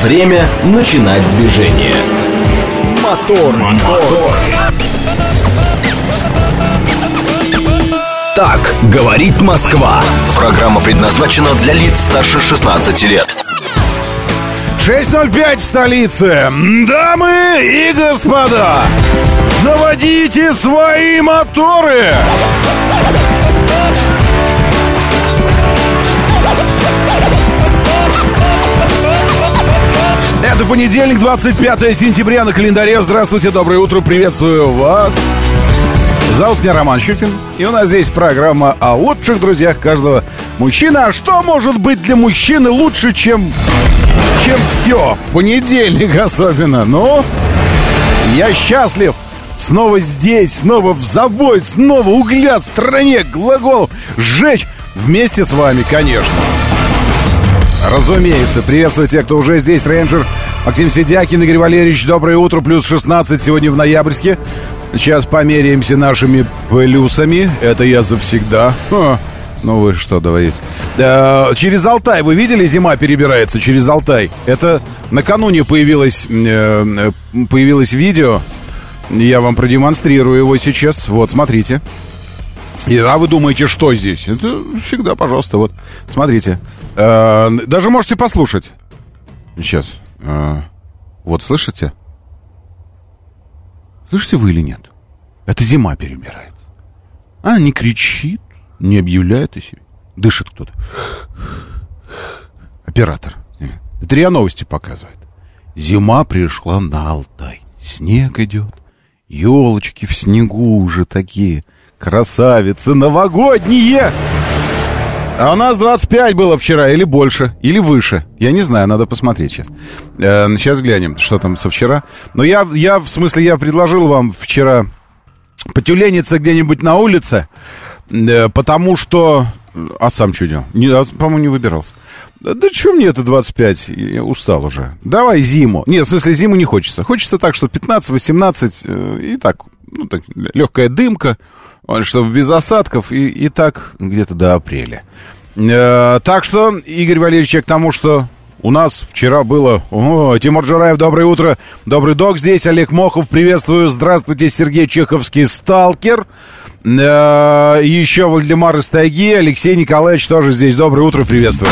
Время начинать движение. Мотор. Так говорит Москва. Программа предназначена для лиц старше 16 лет. 6:05 в столице. Дамы и господа, заводите свои моторы. Это понедельник, 25 сентября на календаре. Здравствуйте, доброе утро, приветствую вас. Зовут меня Роман Щукин. И у нас здесь программа о лучших друзьях каждого мужчины. А что может быть для мужчины лучше, чем все? В понедельник особенно. Ну, я счастлив. Снова здесь, снова в заводе, снова угля в стране, глаголов сжечь вместе с вами, конечно. Разумеется, приветствую тех, кто уже здесь. Рейнджер Максим Сидякин, Игорь Валерьевич, доброе утро. Плюс 16 сегодня в ноябрьске. Сейчас померяемся нашими плюсами. Это я завсегда. Ну вы что, давайте. Через Алтай, вы видели, зима перебирается через Алтай. Это накануне появилось видео. Я вам продемонстрирую его сейчас. Вот, смотрите. А вы думаете, что здесь? Это всегда, пожалуйста, вот, смотрите. Даже можете послушать. Сейчас. Вот, слышите? Слышите вы или нет? Это зима перебирается. Не кричит, не объявляет о себе. Дышит кто-то. Оператор. Это РИА Новости показывает. Зима пришла на Алтай. Снег идет. Елочки в снегу уже такие. Красавицы новогодние. А у нас 25 было вчера, или больше, или выше. Я не знаю, надо посмотреть сейчас. Сейчас глянем, что там со вчера. Но я предложил вам вчера потюлениться где-нибудь на улице, потому что... А сам что делал? По-моему, не выбирался. Да что мне это 25? Я устал уже. Давай зиму. Нет, в смысле, зиму не хочется. Хочется так, что 15-18 и так, ну, так, легкая дымка, чтобы без осадков, и так где-то до апреля. Так что, Игорь Валерьевич, к тому, что у нас вчера было... Тимур Джураев, доброе утро. Добрый док здесь. Олег Мохов, приветствую. Здравствуйте, Сергей Чеховский, сталкер. Еще Вальдемар из тайги. Алексей Николаевич тоже здесь. Доброе утро, приветствую.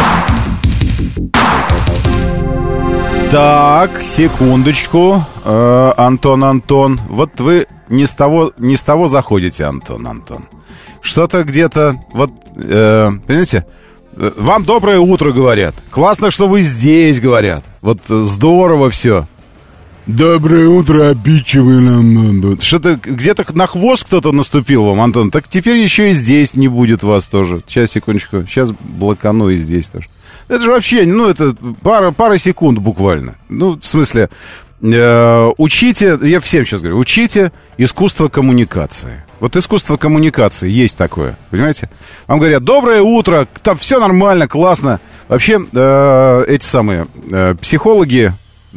Так, секундочку. Антон. Вот вы не с того заходите, Антон. Что-то где-то... Вот, понимаете... Вам доброе утро, говорят. Классно, что вы здесь, говорят. Вот здорово все. Доброе утро, обидчивый нам. Что-то где-то на хвост кто-то наступил вам, Антон. Так теперь еще и здесь не будет вас тоже. Сейчас, секундочку. Сейчас блокану и здесь тоже. Это же вообще, это пара секунд буквально. Ну, в смысле, учите, я всем сейчас говорю, учите искусство коммуникации. Вот искусство коммуникации есть такое, понимаете? Вам говорят, доброе утро, там все нормально, классно. Вообще, эти самые психологи,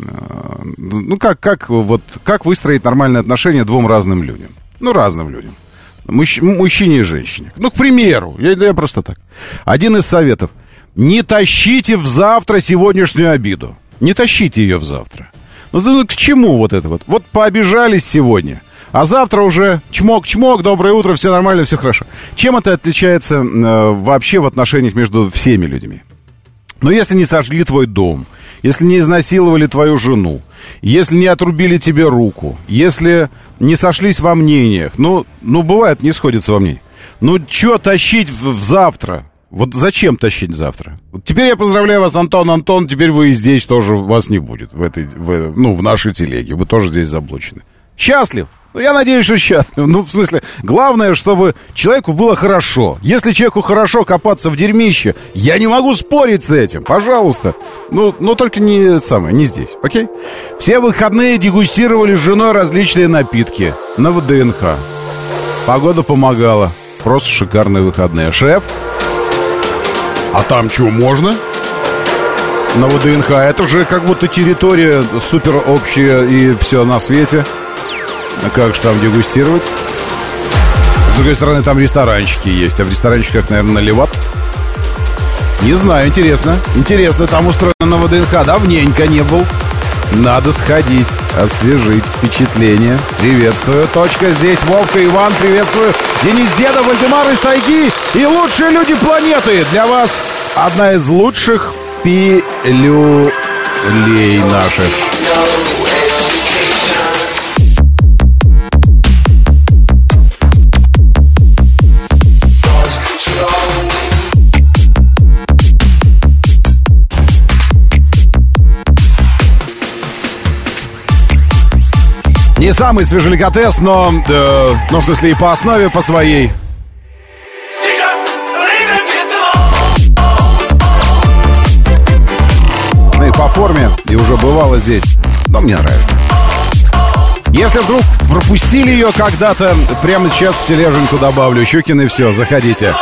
как выстроить нормальные отношения двум разным людям? Разным людям. Мужчине и женщине. К примеру, я просто так. Один из советов. Не тащите в завтра сегодняшнюю обиду. Не тащите ее в завтра. К чему вот это вот? Вот пообижались сегодня. А завтра уже чмок-чмок, доброе утро, все нормально, все хорошо. Чем это отличается вообще в отношениях между всеми людьми? Если не сожгли твой дом, если не изнасиловали твою жену, если не отрубили тебе руку, если не сошлись во мнениях, бывает, не сходятся во мнениях. Что тащить в завтра? Вот зачем тащить завтра? Вот теперь я поздравляю вас, Антон, теперь вы и здесь тоже, вас не будет в нашей телеге, вы тоже здесь заблочены. Счастлив? Я надеюсь, что счастлив. В смысле, главное, чтобы человеку было хорошо. Если человеку хорошо копаться в дерьмище, я не могу спорить с этим. Пожалуйста. Но только не здесь, окей? Все выходные дегустировали с женой различные напитки на ВДНХ. Погода помогала. Просто шикарные выходные. Шеф? А там что, можно? На ВДНХ. Это же как будто территория супер общая и все на свете. А как же там дегустировать? С другой стороны, там ресторанчики есть. А в ресторанчиках, наверное, наливат. Не знаю, интересно. Интересно, там устроено на ВДНХ. Давненько не был. Надо сходить, освежить впечатление. Приветствую. Точка здесь. Вовка, Иван, приветствую. Денис Дедов, Вальдемар из тайги и лучшие люди планеты. Для вас одна из лучших пилюлей наших. Не самый свежеликотес, но в смысле и по основе, по своей. Ну и по форме, и уже бывало здесь. Но мне нравится. Если вдруг пропустили ее когда-то, прямо сейчас в тележеньку добавлю. Щукин и все, заходите.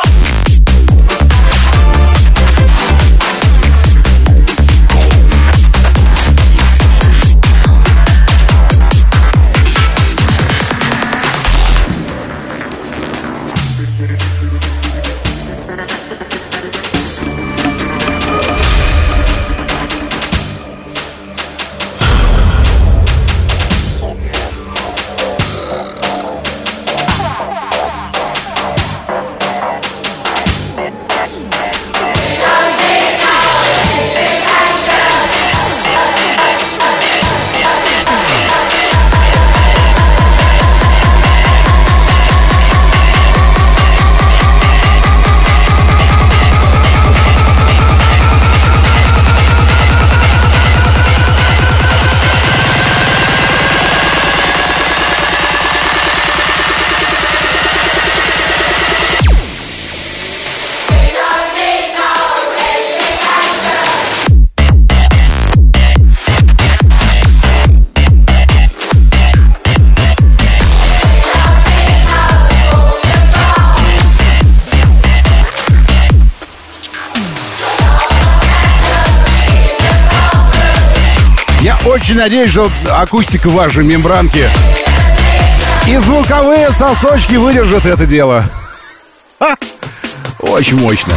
Очень надеюсь, что акустика вашей мембранки и звуковые сосочки выдержат это дело. Ха! Очень мощно.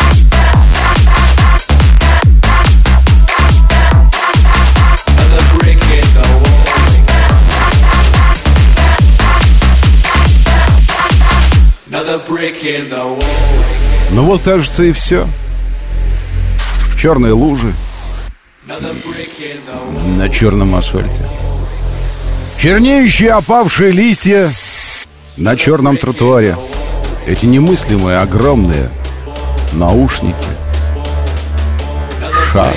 Ну вот, кажется, и все. Черные лужи на черном асфальте. Чернеющие опавшие листья на черном тротуаре. Эти немыслимые огромные наушники. Шар.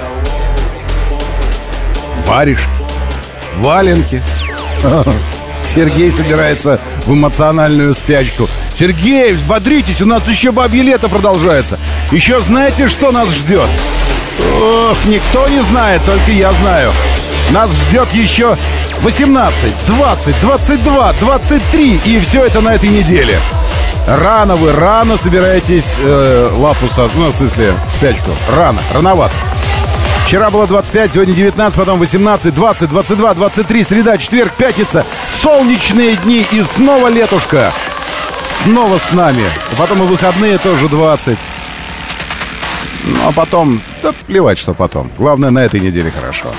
Варежки. Валенки. Сергей собирается в эмоциональную спячку. Сергей, взбодритесь, у нас еще бабье лето продолжается. Еще знаете, что нас ждет? Ох, никто не знает, только я знаю. Нас ждет еще 18, 20, 22, 23. И все это на этой неделе. Рано собираетесь лапу, ну, в смысле, спячку. Рановато. Вчера было 25, сегодня 19, потом 18, 20, 22, 23, среда, четверг, пятница. Солнечные дни и снова летушка. Снова с нами. Потом и выходные тоже 20. Ну, а потом, да плевать, что потом. Главное, на этой неделе хорошо.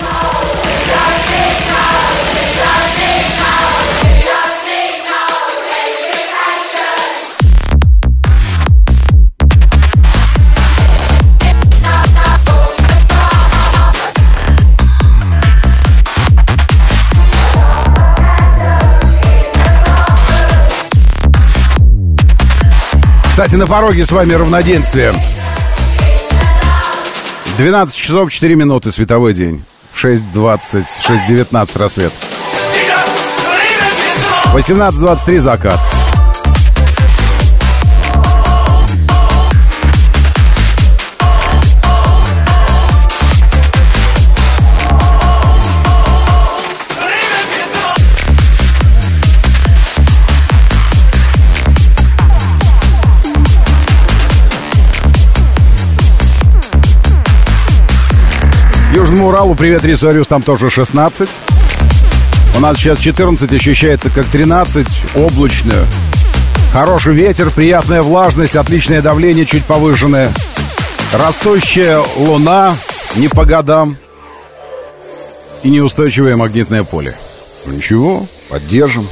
Кстати, на пороге с вами равноденствие. 12 часов 4 минуты световой день. В 6:20, 6:19 рассвет. 18:23 закат. Южному Уралу привет, Рисуариус, там тоже 16. У нас сейчас 14, ощущается как 13, облачно. Хороший ветер, приятная влажность, отличное давление, чуть повышенное. Растущая луна не по годам и неустойчивое магнитное поле. Ничего, поддержим.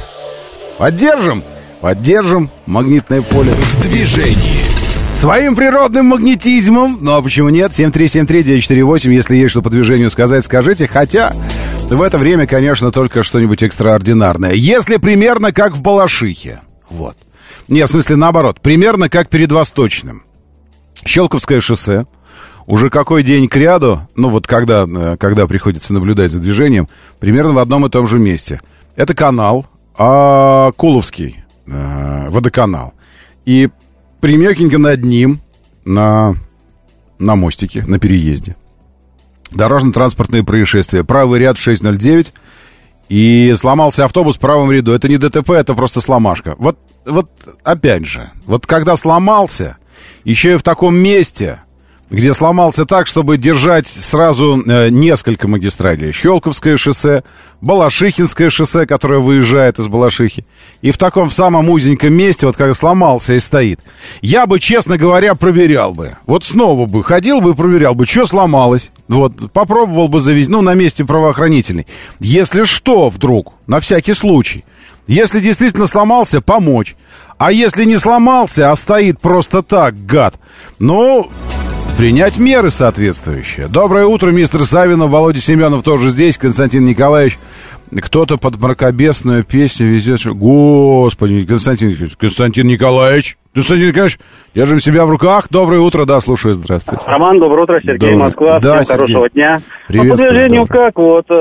Поддержим магнитное поле. В движении. Своим природным магнетизмом. Ну а почему нет? 7373948. Если есть что по движению сказать, скажите. Хотя в это время, конечно, только что-нибудь экстраординарное. Если примерно как в Балашихе. Вот. Нет, в смысле наоборот. Примерно как перед Восточным. Щелковское шоссе. Уже какой день кряду, ну вот когда приходится наблюдать за движением, примерно в одном и том же месте. Это канал, Куловский водоканал. И прямёхонько над ним, на мостике, на переезде, дорожно-транспортные происшествия. Правый ряд в 6:09, и сломался автобус в правом ряду. Это не ДТП, это просто сломашка. Вот опять же, вот когда сломался, еще и в таком месте, где сломался так, чтобы держать сразу несколько магистралей. Щелковское шоссе, Балашихинское шоссе, которое выезжает из Балашихи. И в таком самом узеньком месте, вот когда сломался и стоит. Я бы, честно говоря, проверял бы. Вот снова бы ходил бы и проверял бы, что сломалось. Вот, попробовал бы завести, на месте правоохранительной. Если что, вдруг, на всякий случай. Если действительно сломался, помочь. А если не сломался, а стоит просто так, гад, принять меры соответствующие. Доброе утро, мистер Савинов. Володя Семенов тоже здесь. Константин Николаевич. Кто-то под мракобесную песню везет. Господи, Константин Николаевич, держим себя в руках. Доброе утро, да, слушаю, здравствуйте. Роман, доброе утро, Сергей, Москва. Да, всем Сергей. Хорошего дня. По добрый. движению как?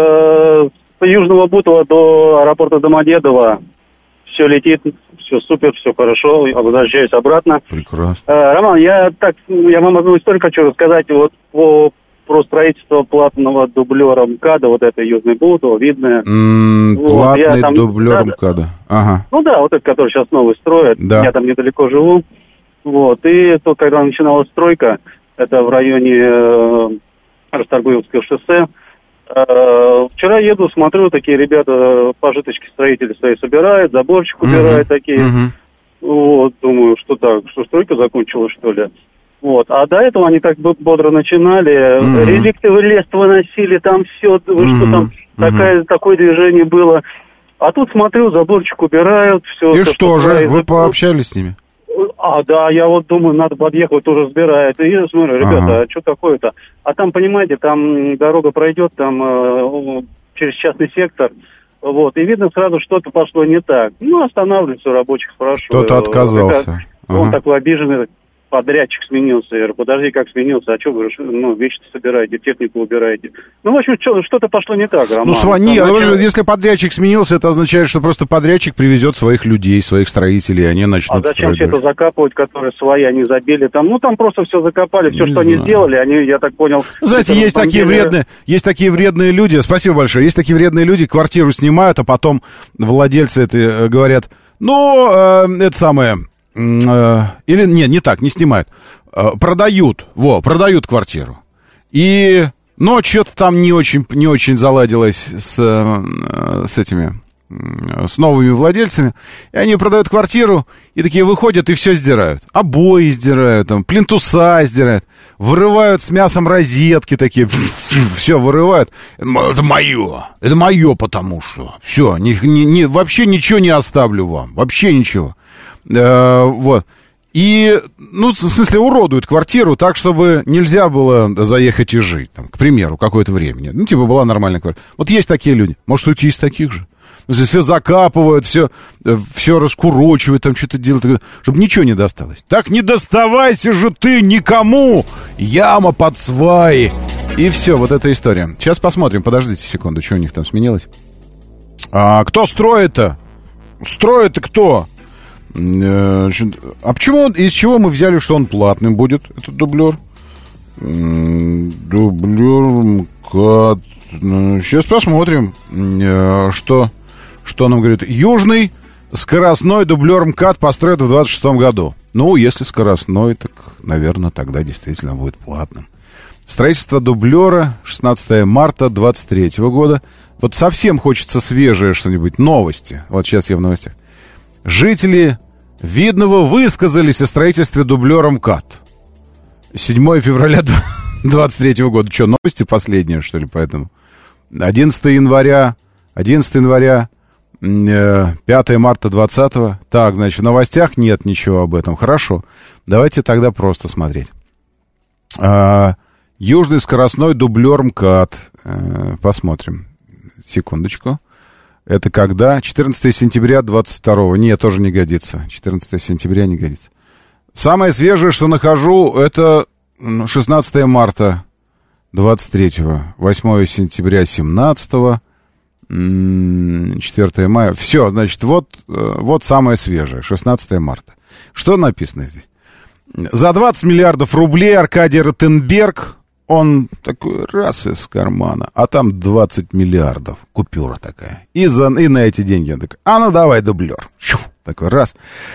С Южного Бутова до аэропорта Домодедово все летит, все супер, все хорошо, возвращаюсь обратно. Прекрасно. Роман, я вам одну историю хочу рассказать про строительство платного дублера МКАДа, вот это Южный Бутово, видное. Платный дублер МКАДа. Ага. Ну да, вот этот, который сейчас новый строят. Да. Я там недалеко живу. Вот, и то, когда начиналась стройка, это в районе Расторгуевского шоссе. Вчера еду, смотрю, такие ребята, пожиточки строители свои собирают, заборчик убирают такие. Вот, думаю, что стройка закончилась, что ли. Вот, а до этого они так бодро начинали, реликты в лес выносили, там все, что там, такое движение было. А тут смотрю, заборчик убирают, все. И что же, вы пообщались с ними? Да, я вот думаю, надо подъехать, тоже разбирает. И я смотрю, ребята, а что такое-то? А там, понимаете, там дорога пройдет, там через частный сектор, вот, и видно сразу, что-то пошло не так. Останавливаются рабочих, спрашиваю. Кто-то отказался. Он такой обиженный, подрядчик сменился. Я говорю, подожди, как сменился? А что вы, вещи собираете, технику убираете? В общем, что-то пошло не так, Роман. Если подрядчик сменился, это означает, что просто подрядчик привезет своих людей, своих строителей, и они начнут строить. А зачем все это закапывать, которые свои, они забили там? Там просто все закопали, все, что они сделали, они, я так понял... Знаете, есть такие вредные люди, спасибо большое, есть такие вредные люди, квартиру снимают, а потом владельцы это говорят, это самое... Или не так, не снимают. Продают квартиру. И, что-то там не очень заладилось с новыми владельцами. И они продают квартиру, и такие выходят и все сдирают. Обои сдирают, там, плинтуса сдирают. Вырывают с мясом розетки такие. Все вырывают. Это мое, потому что. Все, вообще ничего не оставлю вам. Вообще ничего. Вот. И, в смысле, уродуют квартиру так, чтобы нельзя было заехать и жить, там, к примеру, какое-то время. Была нормальная квартира. Вот есть такие люди. Может, уйти из таких же. Все закапывают, все раскурочивают, там что-то делают, чтобы ничего не досталось. Так не доставайся же ты никому! Яма под сваи! И все, вот эта история. Сейчас посмотрим, подождите секунду, что у них там сменилось. Кто строит-то? Строит-то кто? Из чего мы взяли, что он платным будет, этот дублер? Дублер МКАД. Сейчас посмотрим, что нам говорит. Южный скоростной дублер МКАД построят в 26-м году. Если скоростной, так, наверное, тогда действительно будет платным. Строительство дублера 16 марта 23 года. Вот совсем хочется свежее что-нибудь, новости. Вот сейчас я в новостях. Жители Видного высказались о строительстве дублера МКАД. 7 февраля 23 года. Что, новости последние, что ли, поэтому? 11 января, 5 марта 20-го. Так, значит, в новостях нет ничего об этом. Хорошо. Давайте тогда просто смотреть. Южный скоростной дублер МКАД. Посмотрим. Секундочку. Это когда? 14 сентября 22-го. Нет, тоже не годится. 14 сентября не годится. Самое свежее, что нахожу, это 16 марта 23-го. 8 сентября 17-го. 4 мая. Все, значит, вот самое свежее. 16 марта. Что написано здесь? За 20 миллиардов рублей Аркадий Ротенберг, он такой раз из кармана, а там 20 миллиардов, купюра такая. И на эти деньги он такой, ну давай дублер. Такой раз.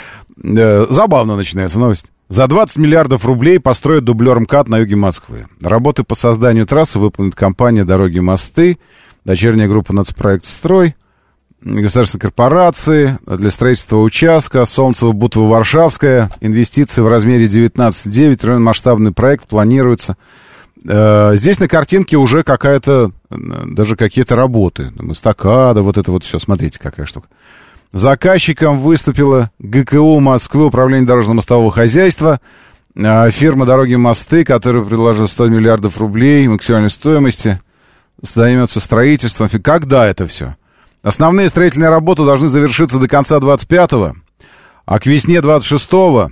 Забавно начинается новость. За 20 миллиардов рублей построят дублер МКАД на юге Москвы. Работы по созданию трассы выполнит компания «Дороги и мосты», дочерняя группа «Нацпроект Строй», государственные корпорации для строительства участка, Солнцево-Бутово-Варшавская, инвестиции в размере 19,9, масштабный проект планируется. Здесь на картинке уже даже какие-то работы, эстакада, вот это вот все, смотрите, какая штука. Заказчиком выступила ГКУ Москвы, Управление дорожно-мостового хозяйства, фирма «Дороги и мосты», которая предложила 100 миллиардов рублей максимальной стоимости, займется строительством. Когда это все? Основные строительные работы должны завершиться до конца 25-го, а к весне 26-го,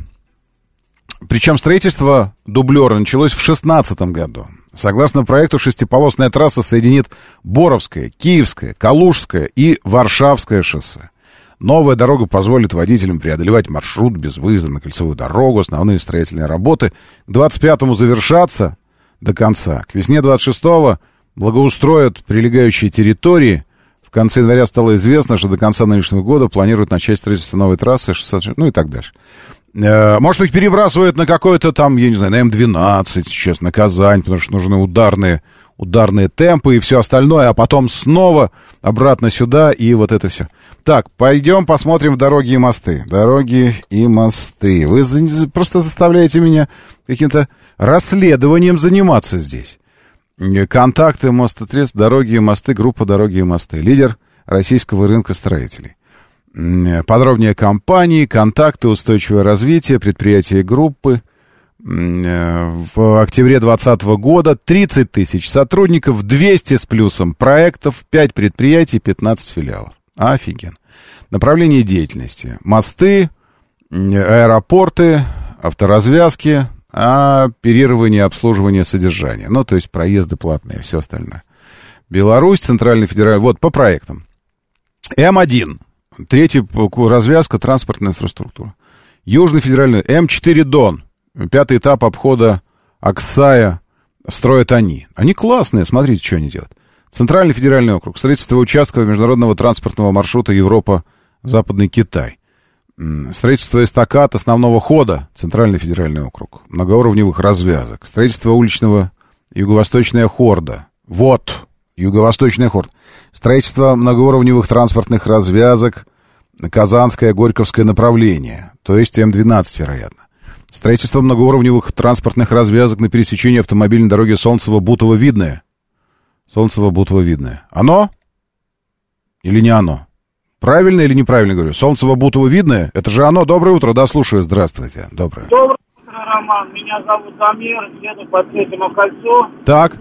причем строительство дублера началось в 16-м году. Согласно проекту, шестиполосная трасса соединит Боровское, Киевское, Калужское и Варшавское шоссе. Новая дорога позволит водителям преодолевать маршрут без выезда на кольцевую дорогу. Основные строительные работы к 25-му завершатся до конца. К весне 26-го благоустроят прилегающие территории. В конце января стало известно, что до конца нынешнего года планируют начать строительство новой трассы, 60, и так дальше. Может, их перебрасывают на какой-то там, я не знаю, на М12 сейчас, на Казань, потому что нужны ударные темпы и все остальное, а потом снова обратно сюда, и вот это все. Так, пойдем посмотрим в «Дороги и мосты». «Дороги и мосты». Вы просто заставляете меня каким-то расследованием заниматься здесь. Контакты Мостотрец, «Дороги и мосты», группа «Дороги и мосты». Лидер российского рынка строителей. Подробнее компании, контакты, устойчивое развитие, предприятия и группы. В октябре 2020 года 30 тысяч сотрудников, 200 с плюсом проектов, 5 предприятий, 15 филиалов. Офигенно. Направление деятельности. Мосты, аэропорты, авторазвязки, оперирование, обслуживание, содержание. Ну, то есть проезды платные, все остальное. Беларусь, Центральный федеральный... Вот, по проектам. М1. Третья развязка, транспортная инфраструктура. Южный федеральный... М4 Дон. 5-й этап обхода Аксая строят они. Они классные, смотрите, что они делают. Центральный федеральный округ. Строительство участков международного транспортного маршрута Европа-Западный Китай. Строительство эстакад основного хода. Центральный федеральный округ. Многоуровневых развязок. Строительство уличного Юго-Восточная хорда. Вот, Юго-Восточная хорда. Строительство многоуровневых транспортных развязок. Казанское, Горьковское направление. То есть М12, вероятно. Строительство многоуровневых транспортных развязок на пересечении автомобильной дороги Солнцево-Бутово-Видное. Солнцево-Бутово-Видное. Оно? Или не оно? Правильно или неправильно говорю? Солнцево-Бутово-Видное? Это же оно. Доброе утро, да, слушаю. Здравствуйте. Доброе. Доброе утро, Роман. Меня зовут Дамир. Еду по Третьему кольцу. Так.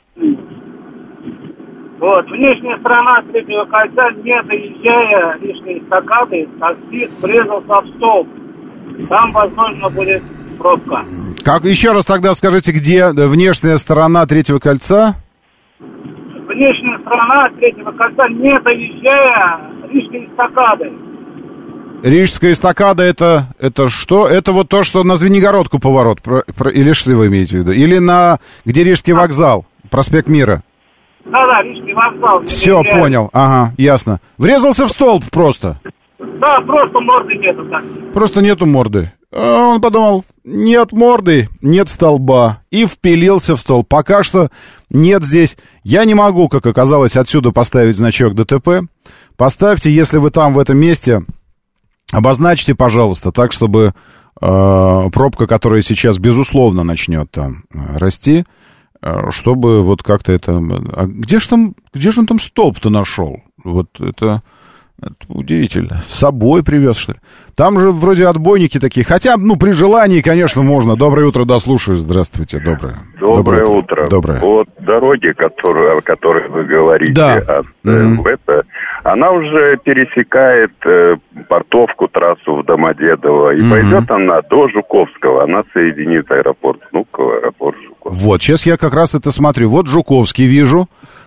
Вот. Внешняя сторона Третьего кольца, не доезжая лишней эстакады, таксист врезался в столб. Там, возможно, будет пробка. Как еще раз тогда скажите, где внешняя сторона Третьего кольца? Внешняя сторона Третьего кольца, не доезжая Рижской эстакады. Рижская эстакада это что? Это вот то, что на Звенигородку поворот. Или что вы имеете в виду? Или где Рижский вокзал, проспект Мира? Да, Рижский вокзал. Все, понял. Ага, ясно. Врезался в столб просто. Да, просто морды нету так. Просто нету морды. Он подумал, нет морды, нет столба. И впилился в столб. Пока что нет здесь. Я не могу, как оказалось, отсюда поставить значок ДТП. Поставьте, если вы там, в этом месте, обозначьте, пожалуйста, так, чтобы пробка, которая сейчас, безусловно, начнет там расти, чтобы вот как-то это... А где же он там столб-то нашел? Вот это удивительно. С собой привез, что ли? Там же вроде отбойники такие. Хотя, при желании, конечно, можно. Доброе утро, дослушаю. Здравствуйте, доброе. Доброе утро. Доброе. Вот дороги, о которой вы говорите, да. Она уже пересекает портовку, трассу в Домодедово, и пойдет она до Жуковского. Она соединит аэропорт Внуково, аэропорт Жуковский. Вот, сейчас я как раз это смотрю. Вот Жуковский вижу.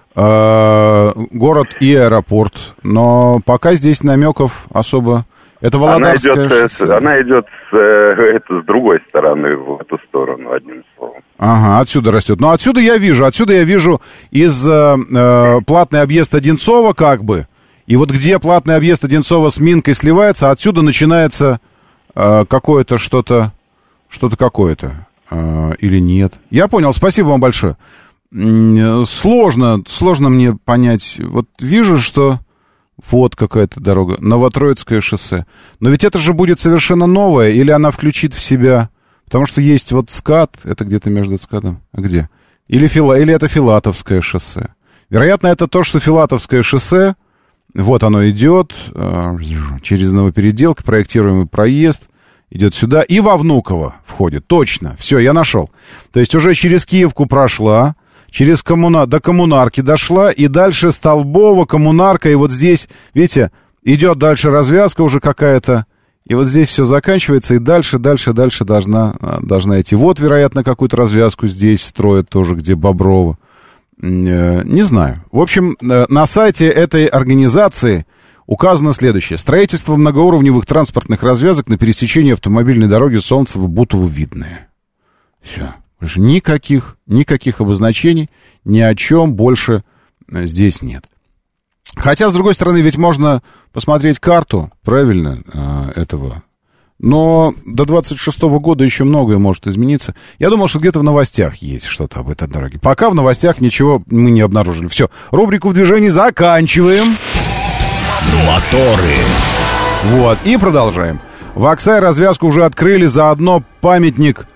Город и аэропорт, но пока здесь намеков особо. Это Володарская. Она идет с другой стороны, в эту сторону, одним словом. Ага, отсюда растет. Но отсюда я вижу из платный объезд Одинцова как бы, и вот где платный объезд Одинцова с Минкой сливается, отсюда начинается какое-то что-то какое-то, или нет. Я понял, спасибо вам большое. Сложно мне понять. Вот вижу, что вот какая-то дорога, Новотроицкое шоссе. Но ведь это же будет совершенно новое, или она включит в себя... Потому что есть вот СКАТ, это где-то между СКАТом, а где? Или это Филатовское шоссе. Вероятно, это то, что Филатовское шоссе, вот оно идет, через Новопеределку, проектируемый проезд, идет сюда, и во Внуково входит, точно, все, я нашел. То есть уже через Киевку прошла, через до Коммунарки дошла, и дальше Столбово, Коммунарка, и вот здесь, видите, идет дальше развязка уже какая-то, и вот здесь все заканчивается, и дальше должна идти. Вот, вероятно, какую-то развязку здесь строят тоже, где Боброво. Не знаю. В общем, на сайте этой организации указано следующее. Строительство многоуровневых транспортных развязок на пересечении автомобильной дороги Солнцево-Бутово-Видное. Все. Никаких обозначений, ни о чем больше здесь нет. Хотя, с другой стороны, ведь можно посмотреть карту, правильно, этого. Но до 26-го года еще многое может измениться. Я думал, что где-то в новостях есть что-то об этой дороге. Пока в новостях ничего мы не обнаружили. Все, рубрику «В движении» заканчиваем. Моторы. Вот, и продолжаем. В Аксай развязку уже открыли, заодно памятник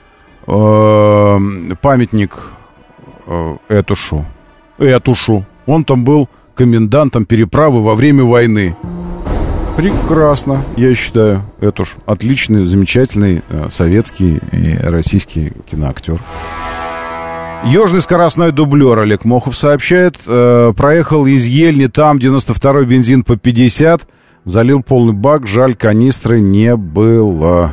Этушу. Он там был комендантом переправы во время войны. Прекрасно, я считаю. Этуш отличный, замечательный советский и российский киноактер. Южный скоростной дублер, Олег Мохов сообщает, проехал из Ельни, там 92-й бензин по 50, залил полный бак, жаль, канистры не было.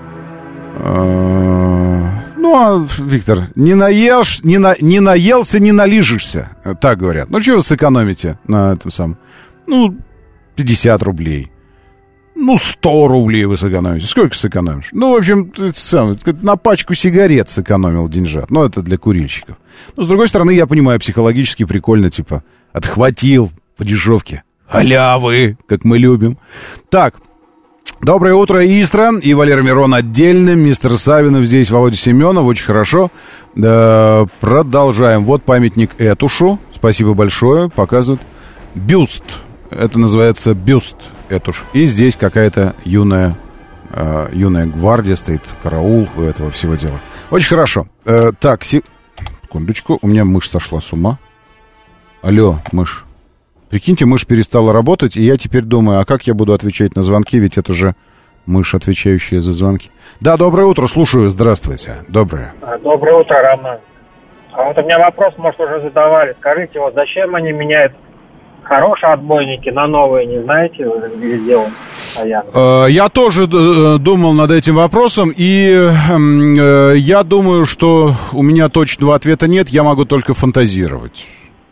Виктор, не наелся, не налижешься, так говорят. Ну, что вы сэкономите на этом самом? 50 рублей. 100 рублей вы сэкономите. Сколько сэкономишь? В общем, на пачку сигарет сэкономил деньжат. Это для курильщиков. Но, с другой стороны, я понимаю, психологически прикольно, отхватил по дешевке. Халявы, как мы любим. Так. Доброе утро, Истра и Валера Мирон отдельно, мистер Савинов здесь, Володя Семенов, очень хорошо. Продолжаем. Вот памятник Этушу, спасибо большое, показывают бюст, это называется бюст Этуш. И здесь какая-то юная гвардия стоит, караул у этого всего дела. Очень хорошо. Секундочку, у меня мышь сошла с ума. Алло, мышь. Прикиньте, мышь перестала работать, и я теперь думаю, а как я буду отвечать на звонки, ведь это же мышь, отвечающая за звонки. Да, доброе утро, слушаю, здравствуйте. Доброе. Доброе утро, Роман. А вот у меня вопрос, может, уже задавали. Скажите, вот зачем они меняют хорошие отбойники на новые, не знаете, где делают постоянно? Я тоже думал над этим вопросом, и я думаю, что у меня точного ответа нет, я могу только фантазировать.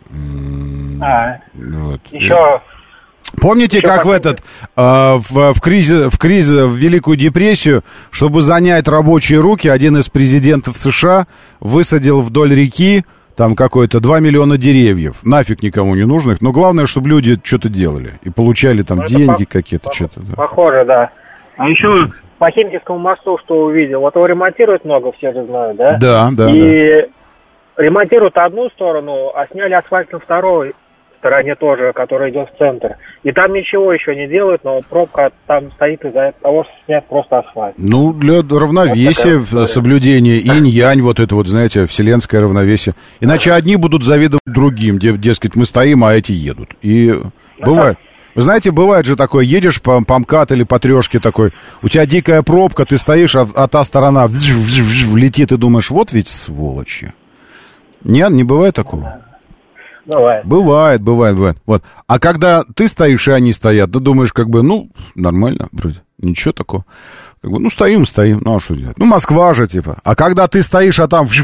Вот. Еще... Помните, как в Великую депрессию, чтобы занять рабочие руки, один из президентов США высадил вдоль реки там 2 миллиона деревьев. Нафиг никому не нужных, но главное, чтобы люди что-то делали и получали там деньги какие-то, что-то. Да. Похоже, да. А еще по Химкинскому мосту что увидел? Вот его ремонтируют много, все же знают, да? Да. И ремонтируют одну сторону, а сняли асфальт на второй стороне тоже, которая идет в центр. И там ничего еще не делают, но пробка там стоит из-за того, что снят просто асфальт. Ну, для равновесия, вот соблюдения, инь-янь, вот это вот, знаете, вселенское равновесие. Иначе одни будут завидовать другим, дескать, мы стоим, а эти едут. И бывает. Вы знаете, бывает же такое, едешь по МКАД или по трешке такой, у тебя дикая пробка, ты стоишь, а та сторона летит, и думаешь, вот ведь сволочи. Нет, не бывает такого? Бывает. Бывает. Вот. А когда ты стоишь, и они стоят, ты думаешь, как бы, ну, нормально, вроде, ничего такого. Как бы, ну, стоим, ну, а что делать? Ну, Москва же, типа. А когда ты стоишь, а там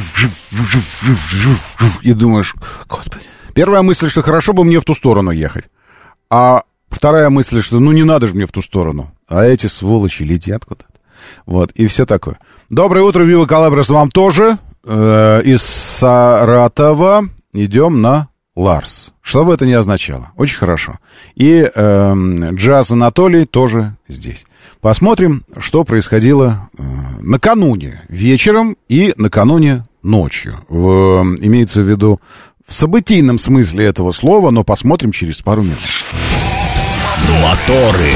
и думаешь, господи. Первая мысль, что хорошо бы мне в ту сторону ехать. А вторая мысль, что ну не надо же мне в ту сторону. А эти сволочи летят куда-то. Вот, и все такое. Доброе утро, Вива Калабрас, вам тоже. Из Саратова идем на Ларс. Что бы это ни означало. Очень хорошо. И Джаз Анатолий тоже здесь. Посмотрим, что происходило накануне вечером и накануне ночью. Имеется в виду в событийном смысле этого слова, но посмотрим через пару минут. Моторы.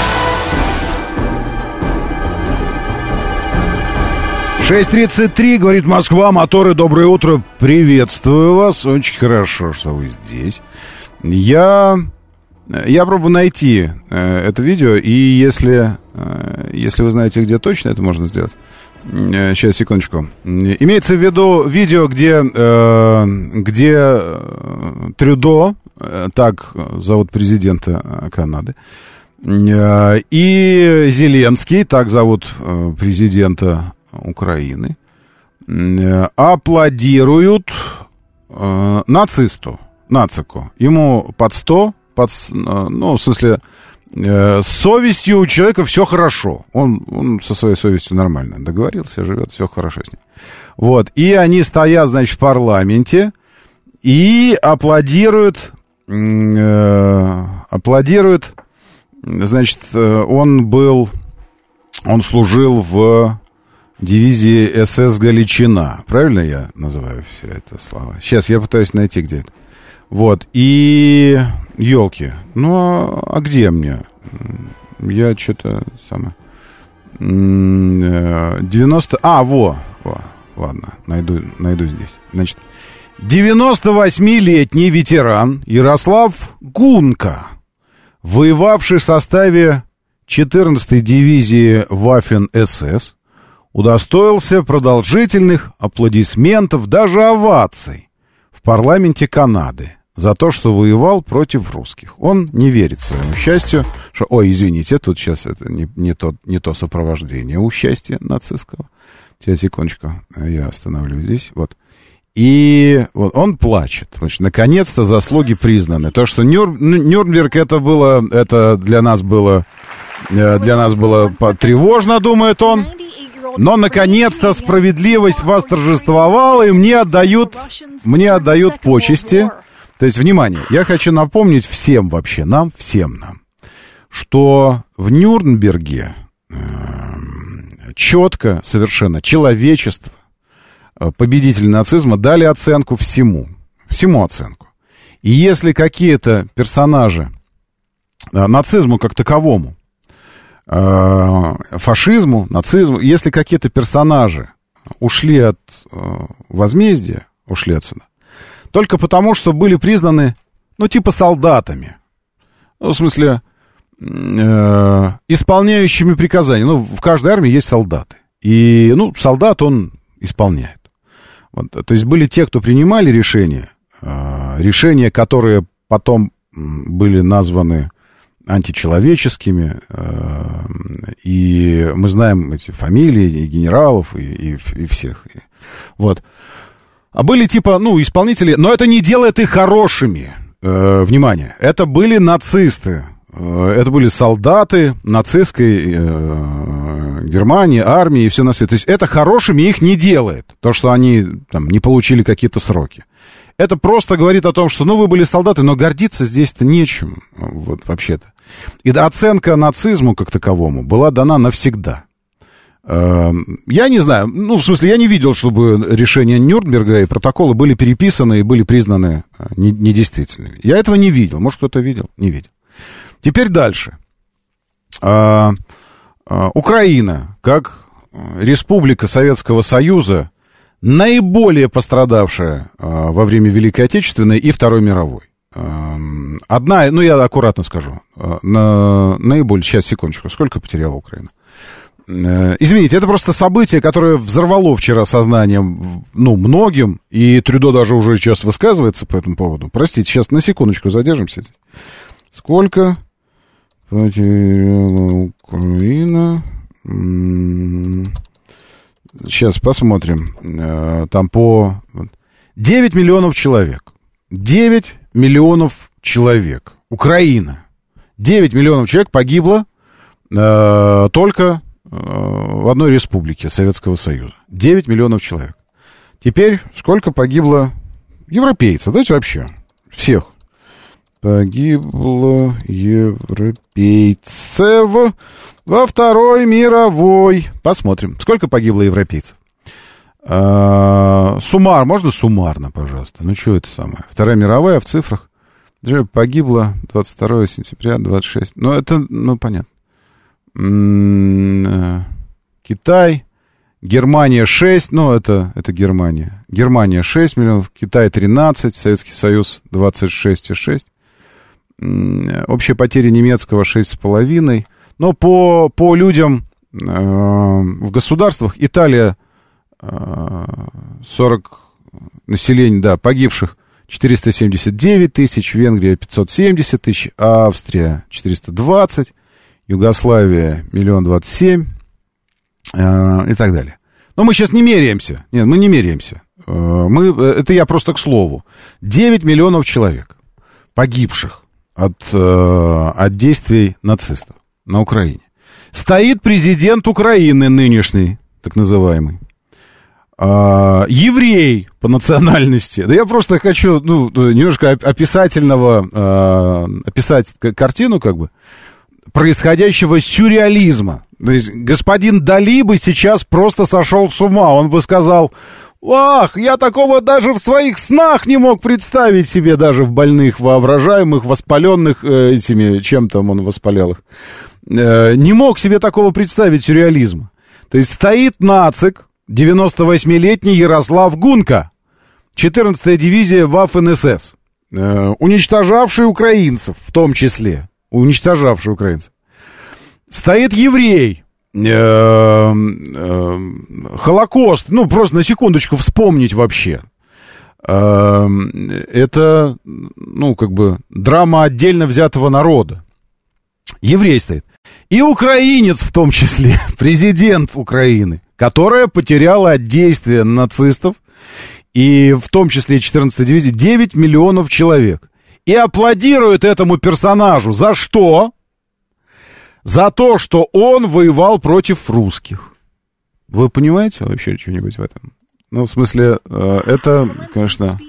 6:33, говорит Москва, моторы, доброе утро, приветствую вас, очень хорошо, что вы здесь. Я пробую найти это видео, и если вы знаете, где точно это можно сделать, сейчас, секундочку. Имеется в виду видео, где Трюдо, так зовут президента Канады, и Зеленский, так зовут президента Украины, аплодируют нацику. Ему под 100, ну, в смысле, с совестью у человека все хорошо. Он со своей совестью нормально договорился, живет, все хорошо с ним. Вот. И они стоят, значит, в парламенте и аплодируют, значит, он служил в дивизии СС Галичина. Правильно я называю все это слова? Сейчас я пытаюсь найти, где это. Вот, и елки. Ну, а где мне? Я что-то самое... 90... Ладно, найду здесь. Значит, 98-летний ветеран Ярослав Гунка, воевавший в составе 14-й дивизии Waffen-СС, удостоился продолжительных аплодисментов, даже оваций в парламенте Канады за то, что воевал против русских. Он не верит своему счастью, что... Ой, извините, тут сейчас это не то сопровождение у счастья нацистского. Сейчас, секундочку, я остановлю здесь. Вот. И вот он плачет. Значит, наконец-то заслуги признаны. То, что Нюрнберг, это для нас было тревожно, думает он. Но, наконец-то, справедливость восторжествовала, и мне отдают почести. То есть, внимание, я хочу напомнить всем вообще, всем нам, что в Нюрнберге четко, совершенно, человечество, победители нацизма дали оценку всему оценку. И если какие-то персонажи нацизму как таковому, фашизму, нацизму, если какие-то персонажи ушли от возмездия, ушли отсюда, только потому, что были признаны, ну, типа солдатами. Ну, в смысле, исполняющими приказания. Ну, в каждой армии есть солдаты. И, ну, солдат, он исполняет. Вот, то есть были те, кто принимали решения, которые потом были названы античеловеческими, и мы знаем эти фамилии и генералов, и всех. Вот. А были типа, ну, исполнители, но это не делает их хорошими. Внимание, это были нацисты, это были солдаты нацистской Германии, армии и все на свете. То есть это хорошими их не делает, то, что они там не получили какие-то сроки. Это просто говорит о том, что, ну, вы были солдаты, но гордиться здесь-то нечем, вот, вообще-то. И оценка нацизму как таковому была дана навсегда. Я не знаю, ну, в смысле, я не видел, чтобы решения Нюрнберга и протоколы были переписаны и были признаны недействительными. Я этого не видел. Может, кто-то видел? Не видел. Теперь дальше. Украина, как республика Советского Союза, наиболее пострадавшая во время Великой Отечественной и Второй мировой. Одна, ну, я аккуратно скажу, наиболее, сейчас, секундочку, сколько потеряла Украина? Извините, это просто событие, которое взорвало вчера сознанием, ну, многим, и Трюдо даже уже сейчас высказывается по этому поводу. Простите, сейчас на секундочку задержимся здесь. Сколько потеряла Украина? Сейчас посмотрим. Там по 9 миллионов человек. 9 миллионов человек. Украина. 9 миллионов человек погибло только в одной республике Советского Союза. 9 миллионов человек. Теперь сколько погибло европейцев? Давайте вообще всех. Погибло европейцев во Второй мировой. Посмотрим, сколько погибло европейцев. Можно суммарно, пожалуйста. Ну, что это самое? Вторая мировая в цифрах. Погибло 22 сентября, 26. Ну, это, ну, понятно. Китай, Германия 6, ну, это Германия. Германия 6 миллионов, Китай 13, Советский Союз 26,6. Общая потеря немецкого 6,5. Но по людям в государствах Италия 40 населения, да, погибших 479 тысяч, Венгрия 570 тысяч, Австрия 420, Югославия 1 027 000 и так далее. Но мы сейчас не меряемся. Нет, мы не меряемся. Это я просто к слову. 9 миллионов человек погибших от действий нацистов на Украине. Стоит президент Украины нынешний, так называемый, еврей по национальности. Да я просто хочу, ну, немножко описать картину, как бы, происходящего сюрреализма. То есть господин Дали бы сейчас просто сошел с ума. Он бы сказал: ах, я такого даже в своих снах не мог представить себе, даже в больных, воображаемых, воспаленных этими, чем там он воспалял их. Не мог себе такого представить сюрреализма. То есть стоит нацик, 98-летний Ярослав Гунка, 14-я дивизия Waffen-СС, уничтожавший украинцев, в том числе. Уничтожавший украинцев. Стоит еврей, Холокост, ну, просто на секундочку вспомнить вообще. Это, ну, как бы, драма отдельно взятого народа. Еврей стоит. И украинец в том числе, президент Украины, которая потеряла от действия нацистов, и в том числе 14-й дивизии, 9 миллионов человек. И аплодируют этому персонажу. За что? За то, что он воевал против русских. Вы понимаете вообще что-нибудь в этом? Ну, в смысле, это, конечно...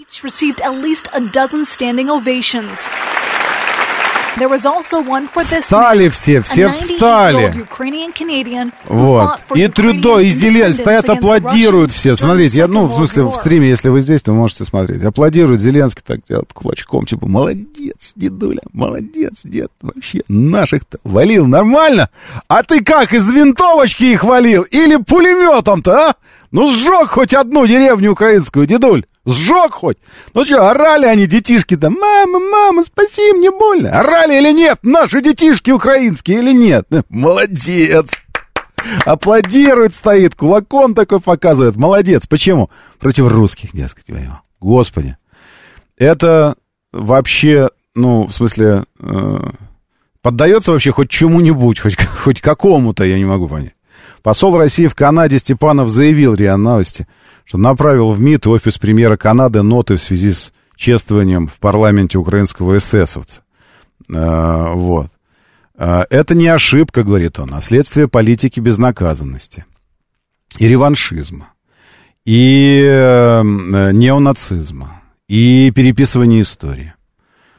Встали все встали. Вот. И Трюдо, и Зеленский стоят, аплодируют все. Смотрите, ну, в смысле, в стриме, если вы здесь, то вы можете смотреть. Аплодируют, Зеленский так делает кулачком, типа, молодец, дедуля, молодец, дед, вообще, наших-то валил нормально. А ты как, из винтовочки их валил? Или пулеметом-то, а? Ну, сжег хоть одну деревню украинскую, дедуль. Сжег хоть? Ну что, орали они, детишки-то? Мама, спаси, мне больно. Орали или нет? Наши детишки украинские или нет? Молодец. Аплодирует, стоит, кулаком такой показывает. Молодец. Почему? Против русских, дескать, воевал. Господи. Это вообще, ну, в смысле, поддается вообще хоть чему-нибудь, хоть какому-то, я не могу понять. Посол России в Канаде Степанов заявил РИА Новости, что направил в МИД и офис премьера Канады ноты в связи с чествованием в парламенте украинского эсэсовца. Вот. Это не ошибка, говорит он, а следствие политики безнаказанности и реваншизма, и неонацизма, и переписывания истории.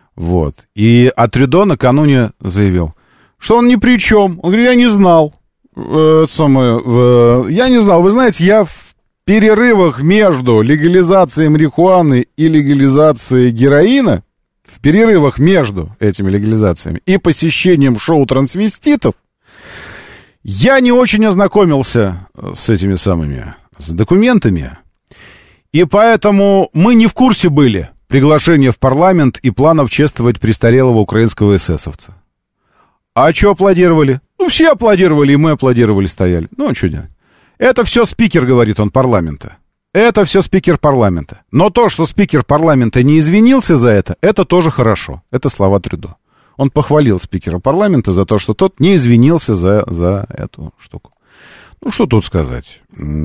Вот. И Трюдо накануне заявил, что он ни при чем. Он говорит, я не знал. Я не знал, вы знаете, я в перерывах между легализацией марихуаны и легализацией героина, в перерывах между этими легализациями и посещением шоу трансвеститов, я не очень ознакомился с этими самыми с документами, и поэтому мы не в курсе были приглашения в парламент и планов чествовать престарелого украинского эсэсовца. А что аплодировали? Ну, все аплодировали, и мы аплодировали, стояли. Ну, а что делать? Это все спикер, говорит он, парламента. Это все спикер парламента. Но то, что спикер парламента не извинился за это тоже хорошо. Это слова Трюдо. Он похвалил спикера парламента за то, что тот не извинился за эту штуку. Ну, что тут сказать?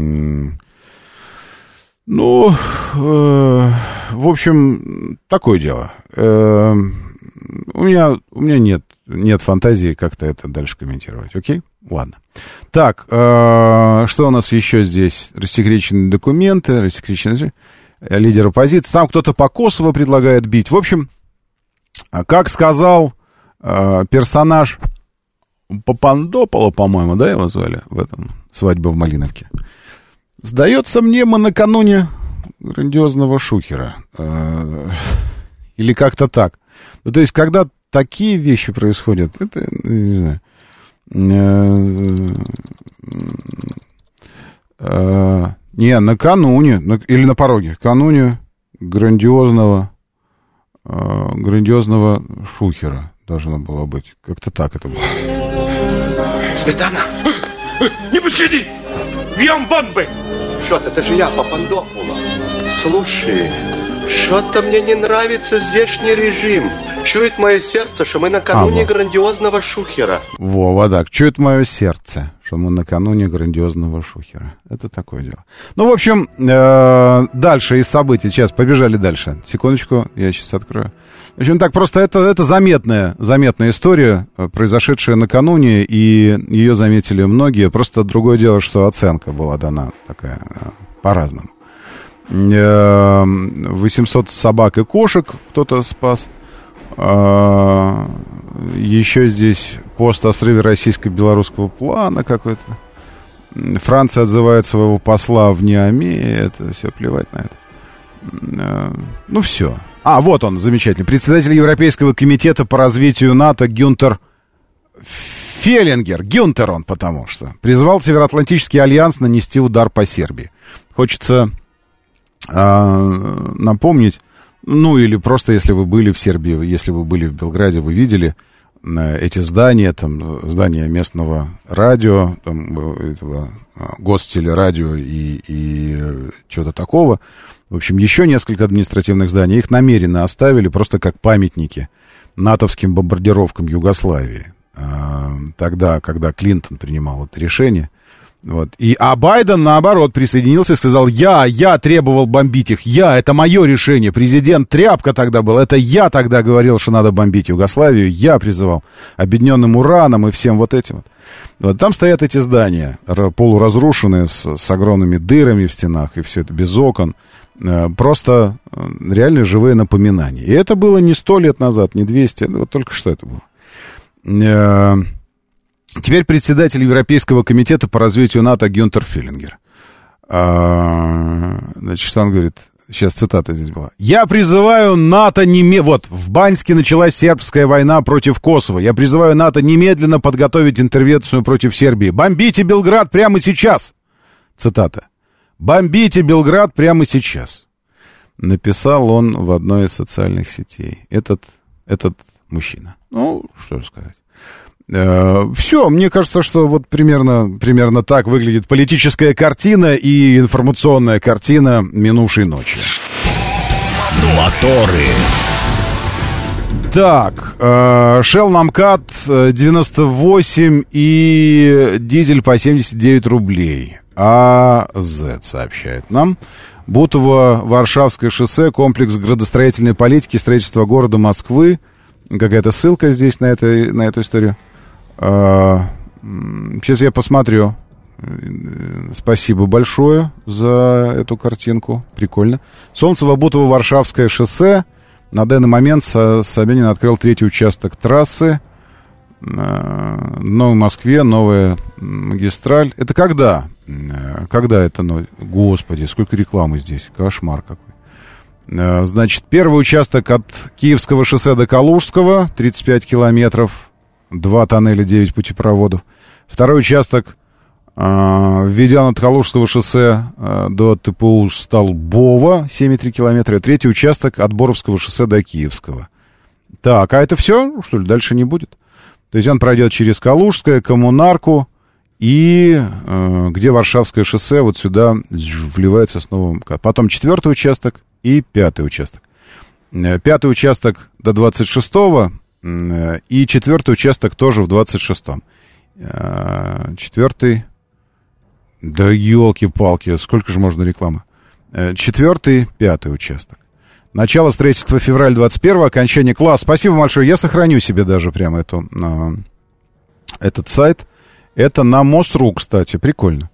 Ну, в общем, такое дело. У меня нет фантазии как-то это дальше комментировать, окей? Ладно. Так, что у нас еще здесь? Рассекреченные документы, лидер оппозиции. Там кто-то по Косово предлагает бить. В общем, как сказал персонаж Папандопола, по-моему, да, его звали в этом «Свадьба в Малиновке». Сдается мне, мы накануне грандиозного шухера. Или как-то так. Ну, то есть, когда такие вещи происходят, это, не знаю, не, накануне, или на пороге, накануне грандиозного шухера должно было быть. Как-то так это было. Сметана! Не подходи! Бьем бомбы! Что-то, это же я, Папандопола. Слушай, что-то мне не нравится здешний режим. Чует мое сердце, что мы накануне грандиозного шухера. Во, так, чует мое сердце, что мы накануне грандиозного шухера. Это такое дело. Ну, в общем, дальше из событий. Сейчас, побежали дальше. Секундочку, я сейчас открою. В общем, так, просто это заметная история, произошедшая накануне, и ее заметили многие. Просто другое дело, что оценка была дана такая по-разному. 800 собак и кошек кто-то спас. Еще здесь пост о срыве российско-белорусского плана какой-то. Франция отзывает своего посла в Ниамее. Это все, плевать на это. Ну, все. Вот он, замечательный. Председатель Европейского комитета по развитию НАТО Гюнтер Феллингер. Гюнтер он, потому что призвал Североатлантический альянс нанести удар по Сербии. Хочется напомнить, ну или просто если вы были в Сербии, если вы были в Белграде, вы видели эти здания, там здания местного радио, там, этого гостелерадио и чего-то такого. В общем, еще несколько административных зданий. Их намеренно оставили просто как памятники натовским бомбардировкам Югославии. Тогда, когда Клинтон принимал это решение. Вот. А Байден, наоборот, присоединился и сказал: я требовал бомбить их, это мое решение. Президент тряпка тогда был, это я тогда говорил, что надо бомбить Югославию, я призывал объединенным ураном и всем вот этим вот. Вот там стоят эти здания, полуразрушенные, с огромными дырами в стенах, и все это без окон. Просто реально живые напоминания. И это было не 100 лет назад, не 200, вот только что это было. Теперь председатель Европейского комитета по развитию НАТО Гюнтер Феллингер. Значит, что он говорит? Сейчас цитата здесь была. «Я призываю НАТО Вот, в Баньске началась сербская война против Косово. Я призываю НАТО немедленно подготовить интервенцию против Сербии. Бомбите Белград прямо сейчас!» Цитата. «Бомбите Белград прямо сейчас», написал он в одной из социальных сетей. Этот мужчина. Ну, что сказать. Все, мне кажется, что вот примерно так выглядит политическая картина и информационная картина минувшей ночи. Моторы. Так, Shell Namcat 98 и дизель по 79 рублей. АЗ сообщает нам. Бутово, Варшавское шоссе, комплекс градостроительной политики, строительства города Москвы. Какая-то ссылка здесь на эту историю. Сейчас я посмотрю. Спасибо большое за эту картинку. Прикольно. Солнцево, Бутово, Варшавское шоссе. На данный момент Собянин открыл 3-й участок трассы. Новой Москве, новая магистраль. Это когда? Когда это? Господи, сколько рекламы здесь. Кошмар какой. Значит, первый участок от Киевского шоссе до Калужского, 35 километров, 2 тоннеля, 9 путепроводов. Второй участок введен от Калужского шоссе до ТПУ Столбова, 7,3 километра. Третий участок от Боровского шоссе до Киевского. Так, а это все? Что ли, дальше не будет? То есть он пройдет через Калужское, Коммунарку и где Варшавское шоссе, вот сюда вливается снова. Потом 4-й участок и 5-й участок. 5-й участок до 26-го и 4-й участок тоже в 26-м. 4-й... Да елки-палки, сколько же можно рекламы? 4-й, 5-й участок. Начало строительства февраль 21-го, окончание класс. Спасибо большое. Я сохраню себе даже прямо этот сайт. Это на МОСРУ, кстати, прикольно.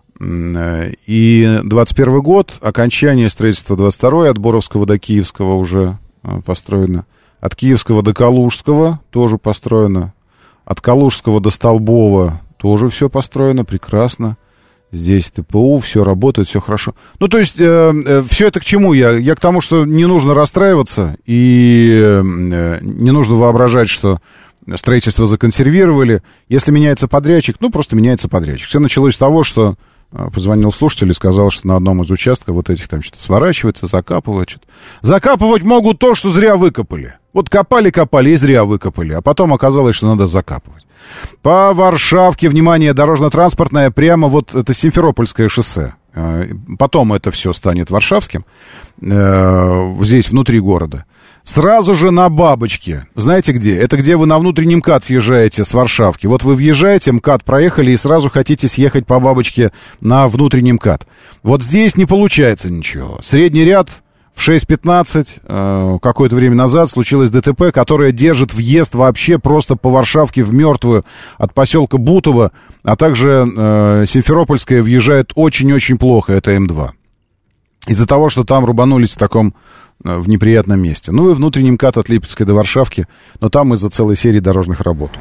И 21 год, окончание строительства 22-й, от Боровского до Киевского уже построено. От Киевского до Калужского тоже построено. От Калужского до Столбова тоже все построено, прекрасно. Здесь ТПУ, все работает, все хорошо. Ну, то есть, все это к чему я? Я к тому, что не нужно расстраиваться и не нужно воображать, что строительство законсервировали. Если меняется подрядчик, ну, просто меняется подрядчик. Все началось с того, что позвонил слушатель и сказал, что на одном из участков вот этих там что-то сворачивается, закапывают что-то. Закапывать могут то, что зря выкопали. Вот копали и зря выкопали, а потом оказалось, что надо закапывать. По Варшавке, внимание, дорожно-транспортное, прямо вот это Симферопольское шоссе. Потом это все станет Варшавским, здесь внутри города. Сразу же на Бабочке. Знаете где? Это где вы на внутренний МКАД съезжаете с Варшавки. Вот вы въезжаете, МКАД проехали и сразу хотите съехать по Бабочке на внутренний МКАД. Вот здесь не получается ничего. Средний ряд в 6:15 какое-то время назад случилось ДТП, которое держит въезд вообще просто по Варшавке в мертвую от поселка Бутово, а также Симферопольская въезжает очень-очень плохо, это М2. Из-за того, что там рубанулись в неприятном месте. Ну и внутренний МКАД от Липецкой до Варшавки, но там из-за целой серии дорожных работ.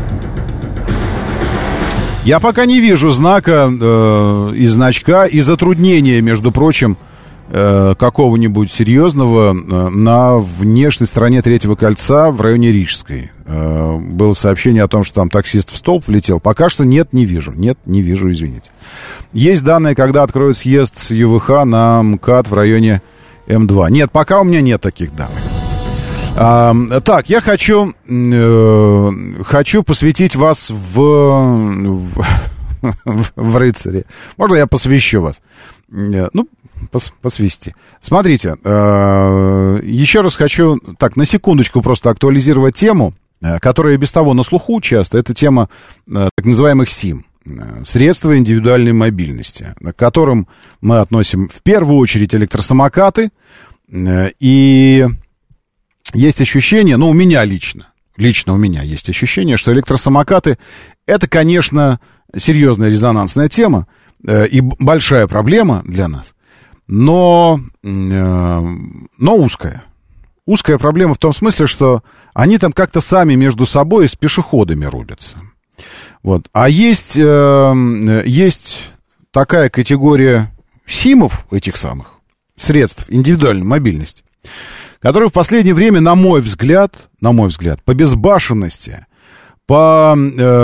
Я пока не вижу знака и значка, и затруднения, между прочим, какого-нибудь серьезного на внешней стороне Третьего кольца в районе Рижской. Было сообщение о том, что там таксист в столб влетел. Пока что нет, не вижу, извините. Есть данные, когда откроют съезд с ЮВХ на МКАД в районе М2. Нет, пока у меня нет таких данных. Так, я хочу посвятить вас в рыцаре. Можно я посвящу вас? Ну, посвисти. Смотрите, еще раз хочу, так, на секундочку просто актуализировать тему, которая и без того на слуху часто. Это тема так называемых СИМ. Средства индивидуальной мобильности, к которым мы относим в первую очередь электросамокаты. И есть ощущение, ну, у меня лично у меня есть ощущение, что электросамокаты — это, конечно, серьезная резонансная тема и большая проблема для нас, но узкая. Узкая проблема в том смысле, что они там как-то сами между собой с пешеходами рубятся. Вот. А есть такая категория СИМов, этих самых средств индивидуальной мобильности, которые в последнее время, на мой взгляд, по безбашенности, по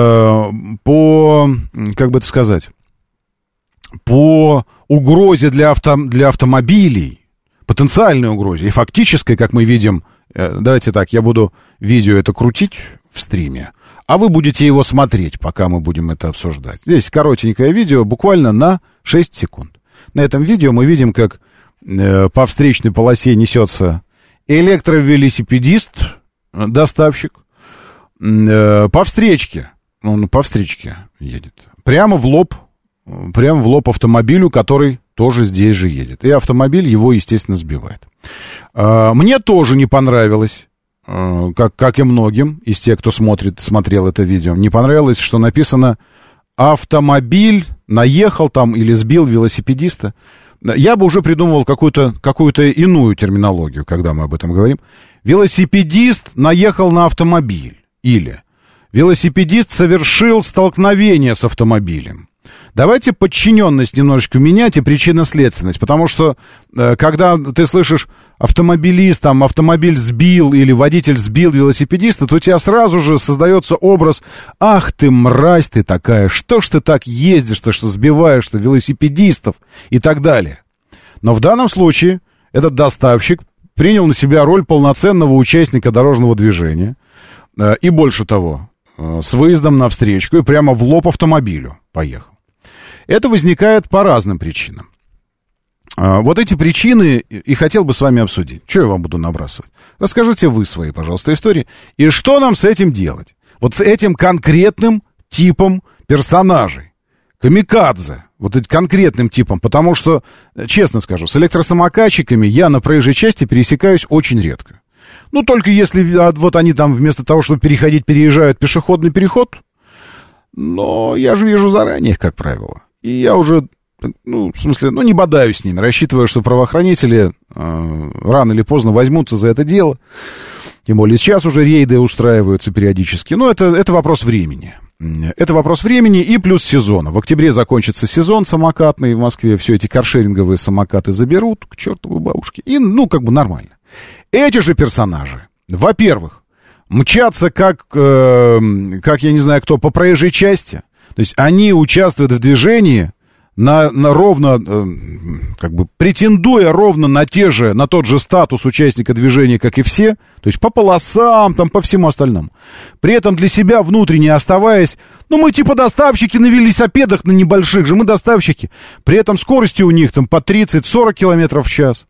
как бы это сказать, по угрозе для автомобилей, потенциальной угрозе и фактической, как мы видим, давайте так, я буду видео это крутить в стриме, а вы будете его смотреть, пока мы будем это обсуждать. Здесь коротенькое видео, буквально на 6 секунд. На этом видео мы видим, как по встречной полосе несется электровелосипедист, доставщик, по встречке, он по встречке едет, прямо в лоб автомобилю, который тоже здесь же едет. И автомобиль его, естественно, сбивает. Мне тоже не понравилось, как и многим из тех, кто смотрел это видео, не понравилось, что написано «автомобиль наехал там или сбил велосипедиста». Я бы уже придумывал какую-то иную терминологию, когда мы об этом говорим. Велосипедист наехал на автомобиль. Или велосипедист совершил столкновение с автомобилем. Давайте подчиненность немножечко менять и причинно-следственность, потому что, когда ты слышишь автомобилист, там, автомобиль сбил или водитель сбил велосипедиста, то у тебя сразу же создается образ: ах ты, мразь ты такая, что ж ты так ездишь-то, что сбиваешь-то велосипедистов и так далее. Но в данном случае этот доставщик принял на себя роль полноценного участника дорожного движения, и больше того, с выездом на встречку и прямо в лоб автомобилю поехал. Это возникает по разным причинам. Вот эти причины и хотел бы с вами обсудить. Что я вам буду набрасывать? Расскажите вы свои, пожалуйста, истории. И что нам с этим делать? Вот с этим конкретным типом персонажей. Камикадзе. Вот этим конкретным типом. Потому что, честно скажу, с электросамокатчиками я на проезжей части пересекаюсь очень редко. Ну, только если вот они там вместо того, чтобы переходить, переезжают пешеходный переход. Но я же вижу заранее, как правило. И я уже, ну, в смысле, не бодаюсь с ними, рассчитывая, что правоохранители рано или поздно возьмутся за это дело. Тем более сейчас уже рейды устраиваются периодически. Но это вопрос времени. Это вопрос времени и плюс сезона. В октябре закончится сезон самокатный в Москве. Все эти каршеринговые самокаты заберут к чертовой бабушке. И, нормально. Эти же персонажи, во-первых, мчатся как я не знаю кто, по проезжей части. То есть они участвуют в движении на ровно, претендуя ровно на тот же статус участника движения, как и все. То есть по полосам, там, по всему остальному. При этом для себя внутренне оставаясь, мы типа доставщики на велосипедах, на небольших же, мы доставщики. При этом скорости у них там по 30-40 километров в час.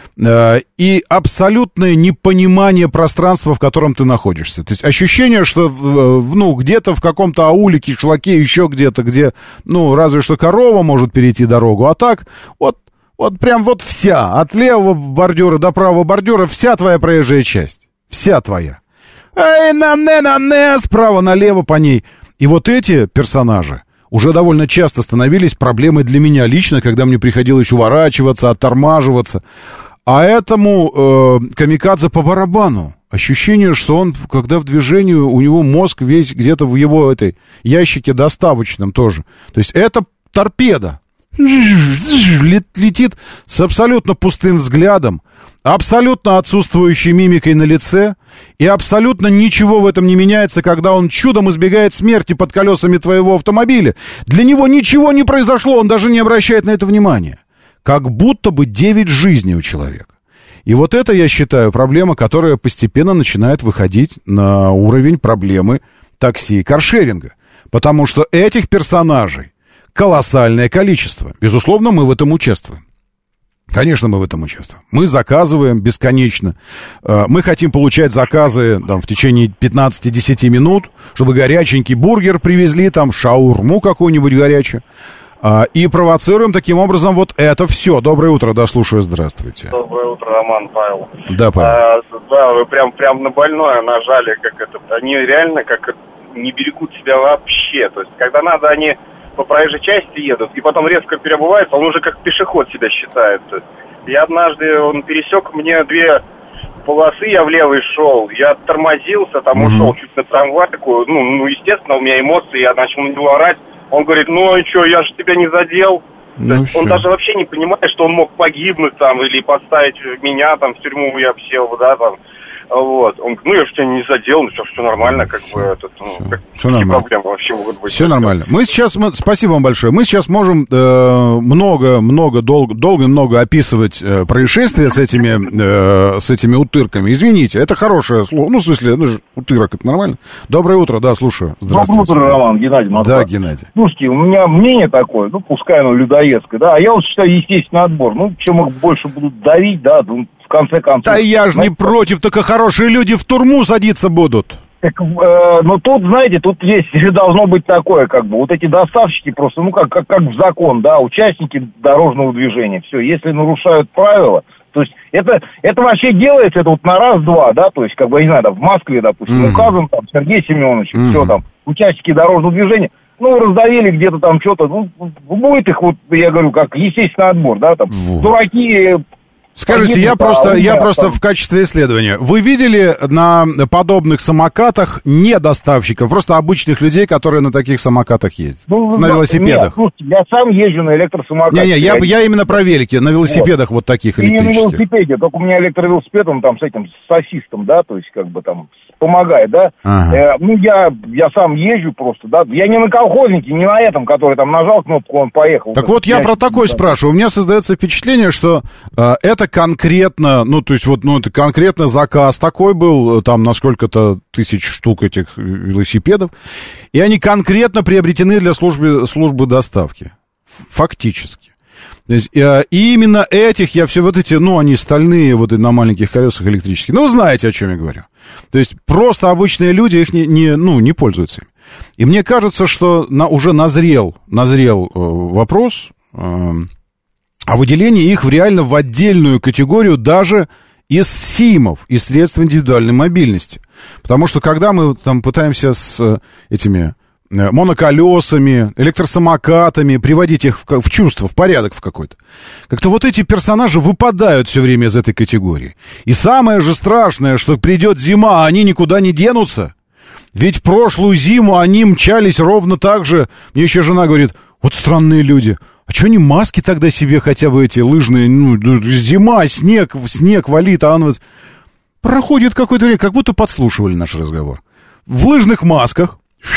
И абсолютное непонимание пространства, в котором ты находишься. То есть ощущение, что где-то в каком-то ауле, кишлаке, еще где-то, где, разве что корова может перейти дорогу, а так, вот прям вот вся, от левого бордюра до правого бордюра, вся твоя проезжая часть. Вся твоя. Справа налево по ней. И вот эти персонажи уже довольно часто становились проблемой для меня лично, когда мне приходилось уворачиваться, оттормаживаться. А этому камикадзе по барабану. Ощущение, что он, когда в движении, у него мозг весь где-то в его этой ящике доставочном тоже. То есть это торпеда. Летит с абсолютно пустым взглядом, абсолютно отсутствующей мимикой на лице, и абсолютно ничего в этом не меняется, когда он чудом избегает смерти под колесами твоего автомобиля. Для него ничего не произошло, он даже не обращает на это внимания. Как будто бы 9 жизней у человека. И вот это, я считаю, проблема, которая постепенно начинает выходить на уровень проблемы такси и каршеринга. Потому что этих персонажей колоссальное количество. Безусловно, мы в этом участвуем. Конечно, мы в этом участвуем. Мы заказываем бесконечно. Мы хотим получать заказы в течение 15-10 минут, чтобы горяченький бургер привезли, шаурму какую-нибудь горячую. И провоцируем таким образом вот это все. Доброе утро, да, слушаю, здравствуйте. Доброе утро, Роман, Павел. Да, Павел. Да, вы прям на больное нажали, они реально не берегут себя вообще. То есть, когда надо, они по проезжей части едут, и потом резко переобуваются, он уже как пешеход себя считает. То есть, я однажды, он пересек мне 2 полосы, я в левый шел, я тормозился, ушел чуть на трамвайку, естественно, у меня эмоции, я начал на него орать. Он говорит, и что, я же тебя не задел. Он даже вообще не понимает, что он мог погибнуть или поставить меня в тюрьму, я бы сел, Вот. Он говорит, я же тебя не задел, все нормально, все нормально. Проблемы вообще могут быть. Все нормально. Спасибо вам большое. Мы сейчас можем долго описывать происшествия с этими утырками. Извините, это хорошее слово. В смысле, утырок, это нормально. Доброе утро, да, слушаю. Здравствуйте. Доброе утро, Роман, Геннадий Москва. Да, Геннадий. Слушайте, у меня мнение такое, пускай оно людоедское, да, а я считаю, естественный отбор. Чем их больше будут давить, да, в конце концов. Да я же не против, только хорошие люди в тюрьму садиться будут. Так, тут, знаете, тут есть, должно быть такое, вот эти доставщики просто, как в закон, да, участники дорожного движения, все, если нарушают правила, то есть это вообще делается, это на раз-два, да, то есть, я не знаю, в Москве, допустим, указан Сергей Семенович, все участники дорожного движения, раздавили где-то что-то, будет их, я говорю, как естественный отбор, да, дураки Скажите, я просто в качестве исследования. Вы видели на подобных самокатах не доставщиков, просто обычных людей, которые на таких самокатах ездят? На велосипедах? Нет, слушайте, я сам езжу на электросамокате. Я именно про велики, на велосипедах вот таких электрических. И на велосипеде, только у меня электровелосипед, он там с этим, с ассистом, да, то есть как бы там помогает, да. Ага. Я сам езжу просто, да. Я не на колхознике, не на этом, который там нажал кнопку, он поехал. Так вот, я про такой спрашиваю. У меня создается впечатление, что это конкретно, это конкретно заказ такой был, там на сколько-то тысяч штук этих велосипедов, и они конкретно приобретены для службы доставки. Фактически. То есть, и именно этих они стальные, на маленьких колесах электрические. Вы знаете, о чем я говорю. То есть, просто обычные люди их не пользуются. И мне кажется, что уже назрел вопрос о выделении их реально в отдельную категорию даже из СИМов, из средств индивидуальной мобильности. Потому что когда мы там пытаемся с этими моноколесами, электросамокатами приводить их в чувство, в порядок в какой-то, как-то вот эти персонажи выпадают все время из этой категории. И самое же страшное, что придет зима, а они никуда не денутся. Ведь в прошлую зиму они мчались ровно так же. Мне еще жена говорит, вот странные люди. А что они маски тогда себе хотя бы эти лыжные, зима, снег валит, а он вот... Проходит какое-то время, как будто подслушивали наш разговор. В лыжных масках,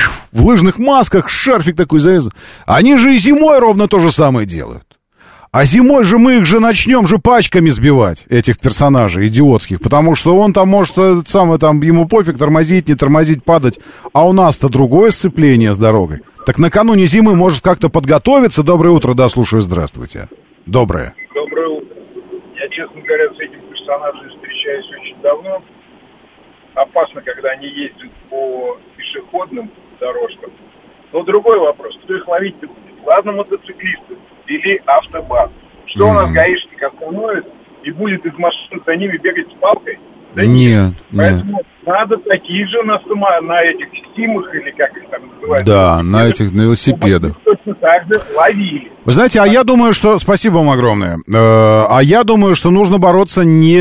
шарфик такой завязан. Они же и зимой ровно то же самое делают. А зимой же мы их же начнем же пачками сбивать, этих персонажей идиотских, потому что он там может, ему пофиг, тормозить, не тормозить, падать, а у нас-то другое сцепление с дорогой. Так накануне зимы может как-то подготовиться. Доброе утро, да, слушаю, здравствуйте. Доброе. Доброе утро. Я, честно говоря, с этим персонажем встречаюсь очень давно. Опасно, когда они ездят по пешеходным дорожкам. Но другой вопрос, кто их ловить-то будет? Ладно, мотоциклисты или автобан. Что у нас гаишник остановит и будет из машины за ними бегать с палкой? Да нет. Поэтому надо такие же на этих стимах, или как их там называют. Да, на велосипедах. Точно так же ловили. Вы знаете, а я думаю, что... Спасибо вам огромное. А я думаю, что нужно бороться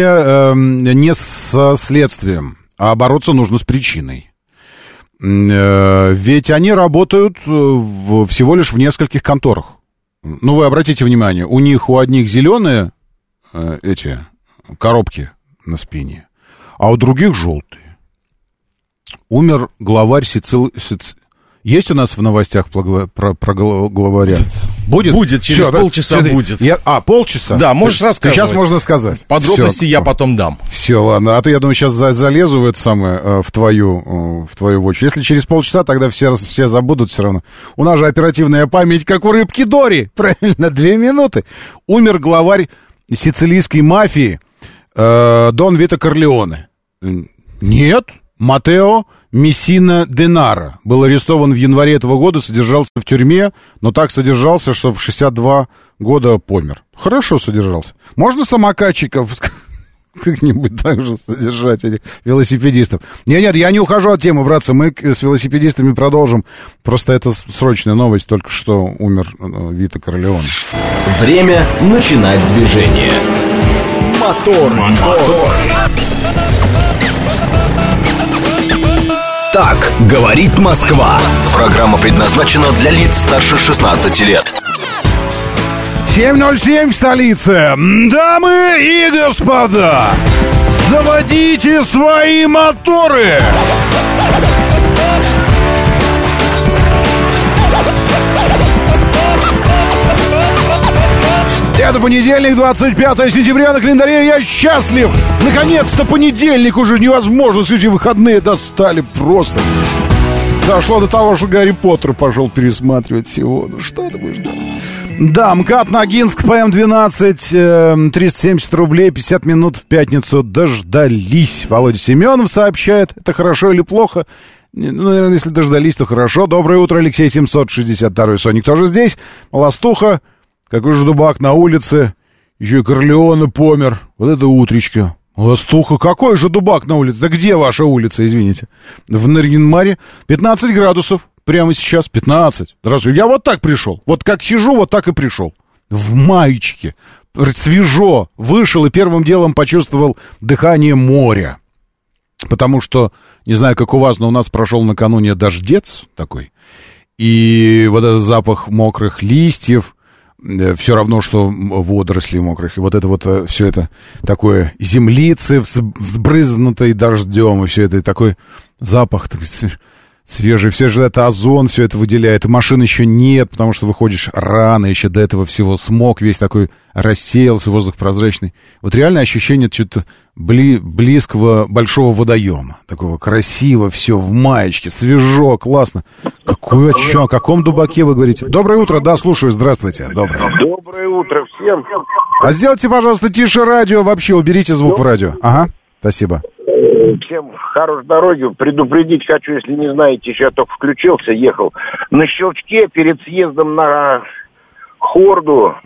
не со следствием, а бороться нужно с причиной. Ведь они работают всего лишь в нескольких конторах. Вы обратите внимание, у одних зеленые эти коробки на спине, а у других желтые. Умер главарь Есть у нас в новостях про главаря? Будет, через полчаса будет. Полчаса? Да, можешь рассказать. Сейчас можно сказать. Подробности я потом дам. Все, ладно. А то я думаю, сейчас залезу в это самое, в твою вотчину. Если через полчаса, тогда все забудут все равно. У нас же оперативная память, как у рыбки Дори. Правильно, 2 минуты. Умер главарь сицилийской мафии Дон Вито Корлеоне. Нет. Матео Мессина Денара был арестован в январе этого года, содержался в тюрьме, но так содержался, что в 62 года помер. Хорошо содержался. Можно самокатчиков как-нибудь так же содержать, этих велосипедистов? Нет, я не ухожу от темы, братцы, мы с велосипедистами продолжим. Просто это срочная новость, только что умер Вито Корлеоне. Время начинать движение. Мотор. Так говорит Москва. Программа предназначена для лиц старше 16 лет. 7:07 в столице. Дамы и господа, заводите свои моторы. Это понедельник, 25 сентября на календаре. Я счастлив. Наконец-то понедельник, уже невозможно. Эти выходные достали просто. Дошло до того, что Гарри Поттер пошел пересматривать всего. Что ты будешь делать? Да, МКАД Ногинск, ПМ-12, 370 рублей, 50 минут в пятницу дождались. Володя Семенов сообщает. Это хорошо или плохо? Наверное, если дождались, то хорошо. Доброе утро, Алексей 762-й. Соник тоже здесь. Молостуха. Какой же дубак на улице. Еще и Корлеоне помер. Вот это утречко. Ластуха, какой же дубак на улице? Да где ваша улица, извините? В Нарьян-Маре 15 градусов. Прямо сейчас 15. Здравствуйте. Я вот так пришел. Вот как сижу, вот так и пришел. В маечке. свежо, вышел и первым делом почувствовал дыхание моря. Потому что, не знаю, как у вас, но у нас прошел накануне дождец такой. И вот этот запах мокрых листьев, все равно, что водорослей мокрых. И вот это вот, все это такое землицы, взбрызнутой дождем, и все это, и такой запах такой свежий. Все же это озон, все это выделяет. И машин еще нет, потому что выходишь рано, еще до этого всего смог весь такой рассеялся, воздух прозрачный. Вот реально ощущение чего-то близкого большого водоема. Такого красиво, все в маечке, свежо, классно. О каком дубаке вы говорите? Доброе утро, да, слушаю, здравствуйте. Доброе утро всем. А сделайте, пожалуйста, тише радио, вообще уберите звук в радио. Ага, спасибо. Всем хорошей дороги. Предупредить хочу, если не знаете, еще я только включился, ехал. На Щелчке перед съездом на Хорду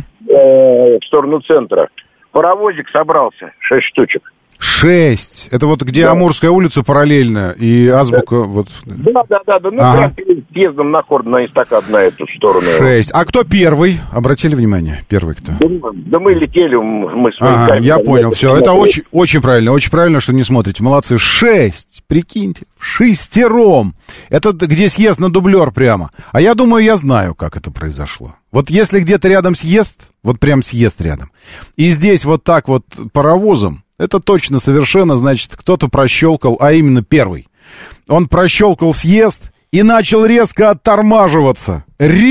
в сторону центра. Паровозик собрался, 6 штучек. 6? Это вот где Амурская улица параллельно и азбука вот... Да. Ну, прям перед съездом на Хорду, на эстакад, на эту сторону. 6. А кто первый? Обратили внимание? Первый кто? Да мы летели, мы с я понял, все. Это очень правильно, что не смотрите. Молодцы. 6, прикиньте, шестером. Это где съезд на дублер прямо. А я думаю, я знаю, как это произошло. Вот если где-то рядом съезд, вот прям съезд рядом, и здесь вот так вот паровозом, это точно совершенно, значит, кто-то прощелкал, а именно первый. Он прощелкал съезд и начал резко оттормаживаться.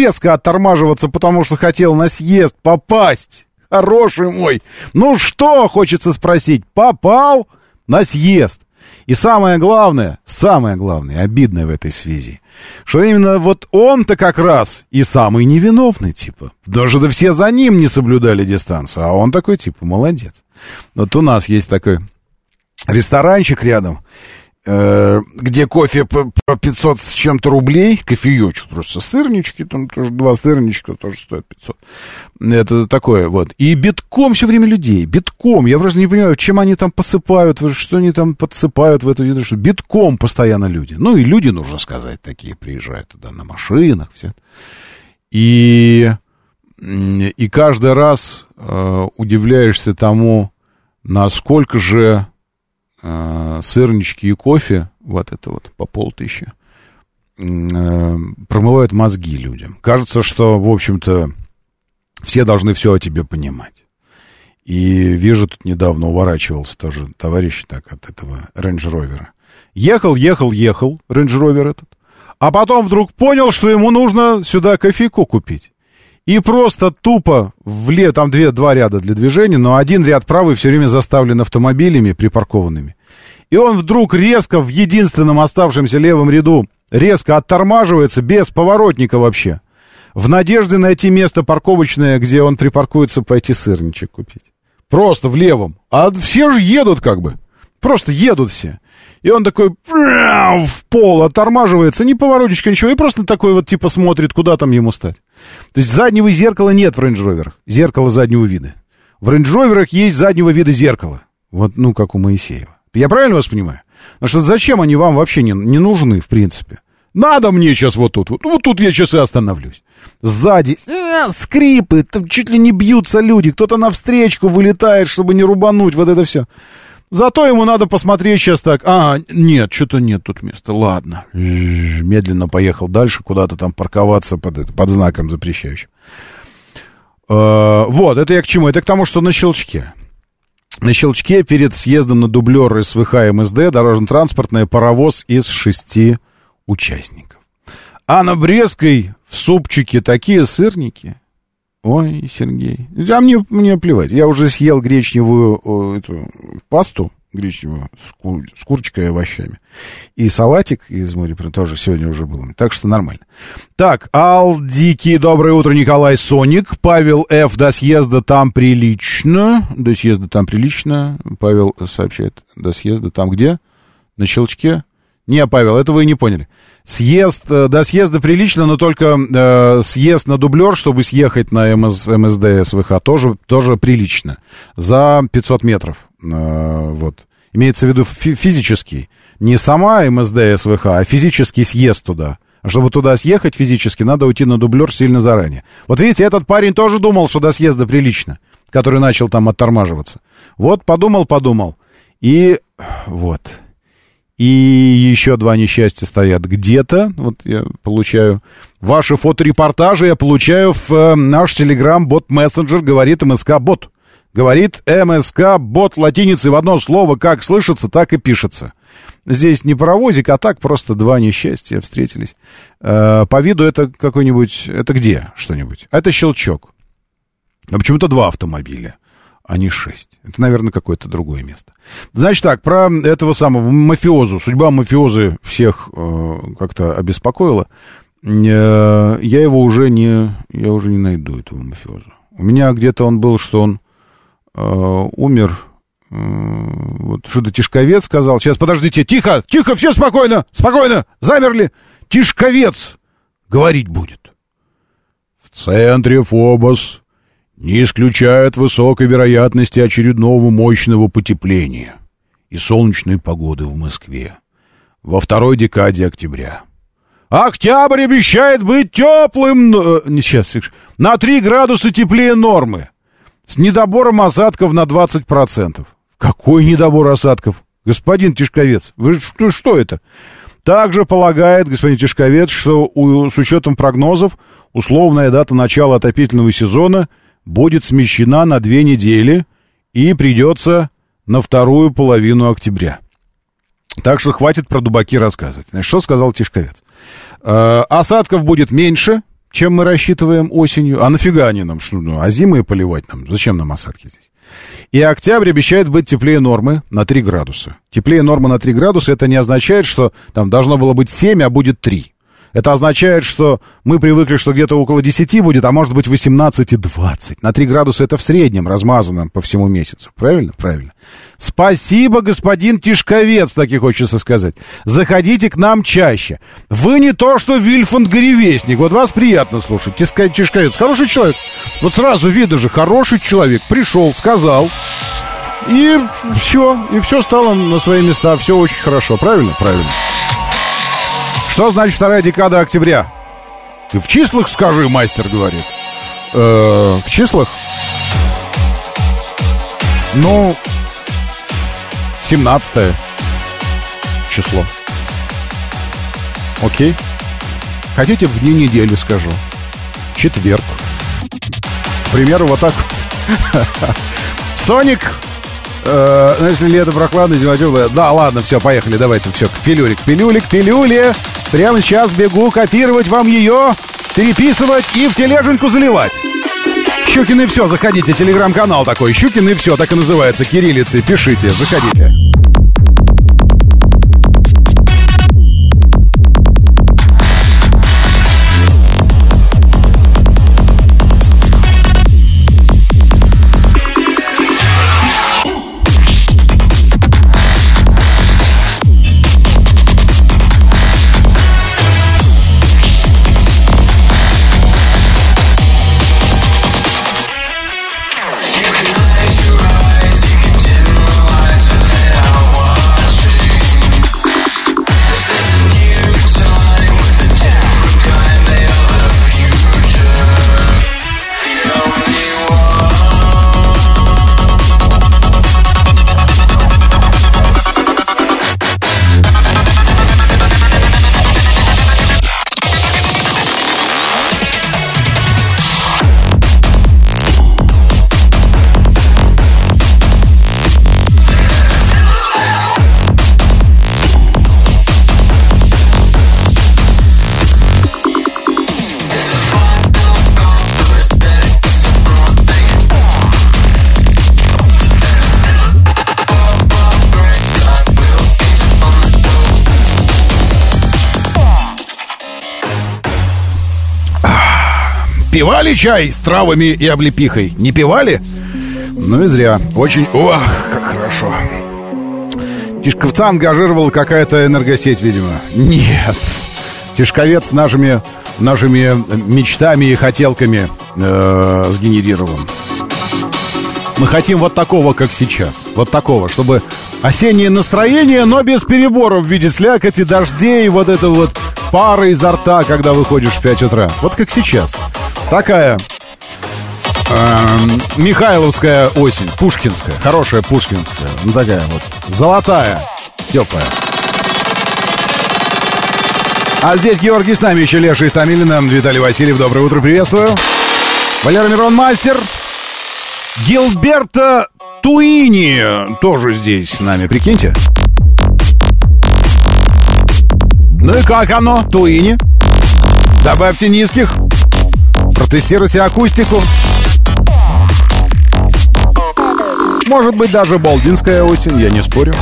Потому что хотел на съезд попасть. Хороший мой. Ну что, хочется спросить, попал на съезд? И самое главное, обидное в этой связи, что именно вот он-то как раз и самый невиновный, типа. Даже да все за ним не соблюдали дистанцию, а он такой, типа, молодец. Вот у нас есть такой ресторанчик рядом, где кофе по 500 с чем-то рублей, кофеечек просто, сырнички, там тоже 2 сырничка тоже стоят 500. Это такое вот. И битком все время людей, битком. Я просто не понимаю, чем они там посыпают, что они там подсыпают в эту еду, что битком постоянно люди. Ну и люди, нужно сказать, такие приезжают туда на машинах, все. И каждый раз удивляешься тому, насколько же сырнички и кофе, вот это вот по 500 промывают мозги людям. Кажется, что, в общем-то, все должны все о тебе понимать. И вижу, тут недавно уворачивался тоже товарищ так от этого Range Rover. Ехал Range Rover этот, а потом вдруг понял, что ему нужно сюда кофейку купить. И просто тупо там два ряда для движения, но один ряд правый все время заставлен автомобилями припаркованными. И он вдруг резко в единственном оставшемся левом ряду резко оттормаживается без поворотника вообще. В надежде найти место парковочное, где он припаркуется, пойти сырничек купить. Просто в левом. А все же едут как бы. Просто едут все. И он такой в пол оттормаживается, ни поворотничка, ничего. И просто такой вот типа смотрит, куда там ему стать. То есть заднего зеркала нет в Range Rover. Зеркало заднего вида. В Range Rover есть заднего вида зеркало. Вот, ну, как у Моисеева. Я правильно вас понимаю? Потому что зачем они вам вообще не нужны, в принципе? Надо мне сейчас вот тут. Вот тут я сейчас и остановлюсь. Сзади скрипы, там чуть ли не бьются люди. Кто-то навстречку вылетает, чтобы не рубануть. Вот это все. Зато ему надо посмотреть сейчас так. Нет, что-то нет тут места. Ладно. Медленно поехал дальше, куда-то там парковаться под знаком запрещающим. Вот, это я к чему? Это к тому, что на Щелчке. На Щелчке перед съездом на дублер СВХ МСД дорожно-транспортный паровоз из 6 участников. А на Брестской в супчике такие сырники. Ой, Сергей. А мне плевать. Я уже съел гречневую эту пасту гречневую с курочкой и овощами. И салатик из морепродуктов тоже сегодня уже был. Так что нормально. Так, Алдики, доброе утро, Николай Соник. Павел Ф. До съезда там прилично. До съезда там прилично. Павел сообщает. До съезда там где? На Щелчке? Не, Павел, это вы не поняли. До съезда прилично, но только съезд на дублер, чтобы съехать на МСД СВХ, тоже прилично. За 500 метров. Вот. Имеется в виду физический. Не сама МСД СВХ, а физический съезд туда. А чтобы туда съехать физически, надо уйти на дублер сильно заранее. Вот видите, этот парень тоже думал, что до съезда прилично. который начал там оттормаживаться. Вот подумал. И вот. И еще 2 несчастья стоят где-то. Вот я получаю ваши фоторепортажи, я получаю в наш Telegram-бот-мессенджер, говорит МСК-бот. Говорит МСК-бот латиницей в одно слово, как слышится, так и пишется. Здесь не паровозик, а так просто 2 несчастья встретились. По виду это какой-нибудь... Это где что-нибудь? А это Щелчок. А почему-то 2 автомобиля, а не 6. Это, наверное, какое-то другое место. Значит так, про этого самого мафиозу. Судьба мафиозы всех как-то обеспокоила. Я уже не найду, этого мафиозу. У меня где-то он был, что он умер... Вот что-то Тишковец сказал. Сейчас, подождите, тихо, все спокойно, замерли. Тишковец говорить будет. В центре ФОБОС не исключают высокой вероятности очередного мощного потепления и солнечной погоды в Москве во 2-й декаде октября. Октябрь обещает быть теплым, на 3 градуса теплее нормы, с недобором осадков на 20%. Какой недобор осадков? Господин Тишковец, вы что это? Также полагает господин Тишковец, что с учетом прогнозов условная дата начала отопительного сезона будет смещена на 2 недели и придется на 2-ю половину октября. Так что хватит про дубаки рассказывать. Значит, что сказал Тишковец? Осадков будет меньше, чем мы рассчитываем осенью. А нафига они нам? А зимой поливать нам? Зачем нам осадки здесь? И октябрь обещает быть теплее нормы на 3 градуса. Теплее нормы на 3 градуса, это не означает, что там должно было быть 7, а будет 3. Это означает, что мы привыкли, что где-то около 10 будет, а может быть 18 и 20. На 3 градуса это в среднем размазано по всему месяцу. Правильно? Правильно. Спасибо, господин Тишковец, так и хочется сказать. Заходите к нам чаще. Вы не то, что Вильфанд-Горевестник. Вот вас приятно слушать. Тишковец хороший человек. Вот сразу видно же, хороший человек. Пришел, сказал. И все стало на свои места. Все очень хорошо. Правильно? Правильно. Что значит 2-я декада октября? Ты в числах скажи, мастер говорит. В числах? 17 число. Окей. Хотите, в дни недели скажу? Четверг. К примеру, вот так. Соник. Если лето прохладно, зима теплая. Да, ладно, все, поехали, давайте, все, к пилюле. Прямо сейчас бегу копировать вам ее, переписывать и в тележеньку заливать. Щукин и все, заходите, телеграм-канал такой. Щукин и все, так и называется, кириллицей. Пишите, заходите. Пивали чай с травами и облепихой? Не пивали? Ну и зря. Очень... Ох, как хорошо. Тишковца ангажировала какая-то энергосеть, видимо. Нет. Тишковец нашими мечтами и хотелками сгенерирован. Мы хотим вот такого, как сейчас. Вот такого, чтобы осеннее настроение, но без переборов в виде слякоти, дождей, вот это вот пара изо рта, когда выходишь в 5 утра. Вот как сейчас. Такая Михайловская осень, пушкинская, хорошая пушкинская, ну такая вот, золотая, теплая. А здесь Георгий с нами, еще Леша из Томилина, Виталий Васильев, доброе утро, приветствую. Валера Мирон, мастер. Гилберто Туини тоже здесь с нами, прикиньте. Ну и как оно, Туини? Добавьте низких, протестируйте акустику. Может быть, даже болдинская осень, я не спорю.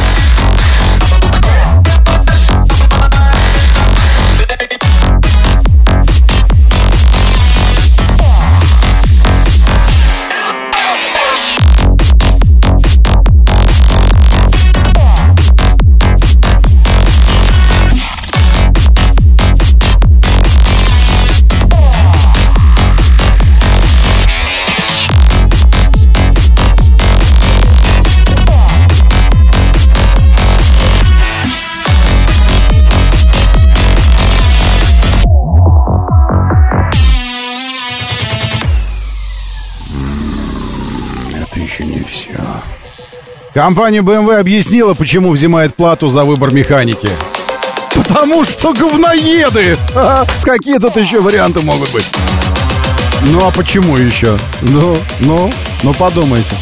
Компания BMW объяснила, почему взимает плату за выбор механики. Потому что говноеды! Какие тут еще варианты могут быть? Ну а почему еще? Ну, подумайте.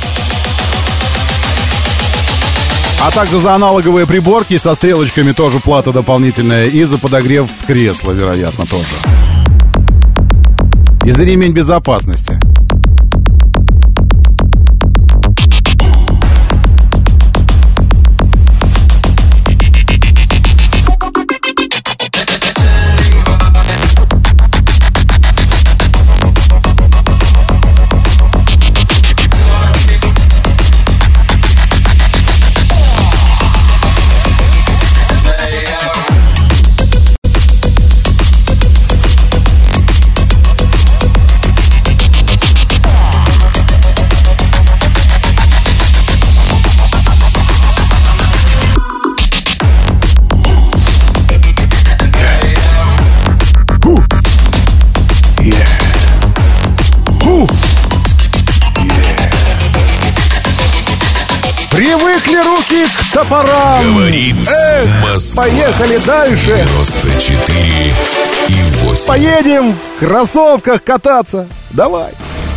А также за аналоговые приборки со стрелочками тоже плата дополнительная. И за подогрев кресла, вероятно, тоже. И за ремень безопасности. Привыкли руки к топорам. Говорит Москва. Поехали дальше. 94,8. Поедем в кроссовках кататься. Давай.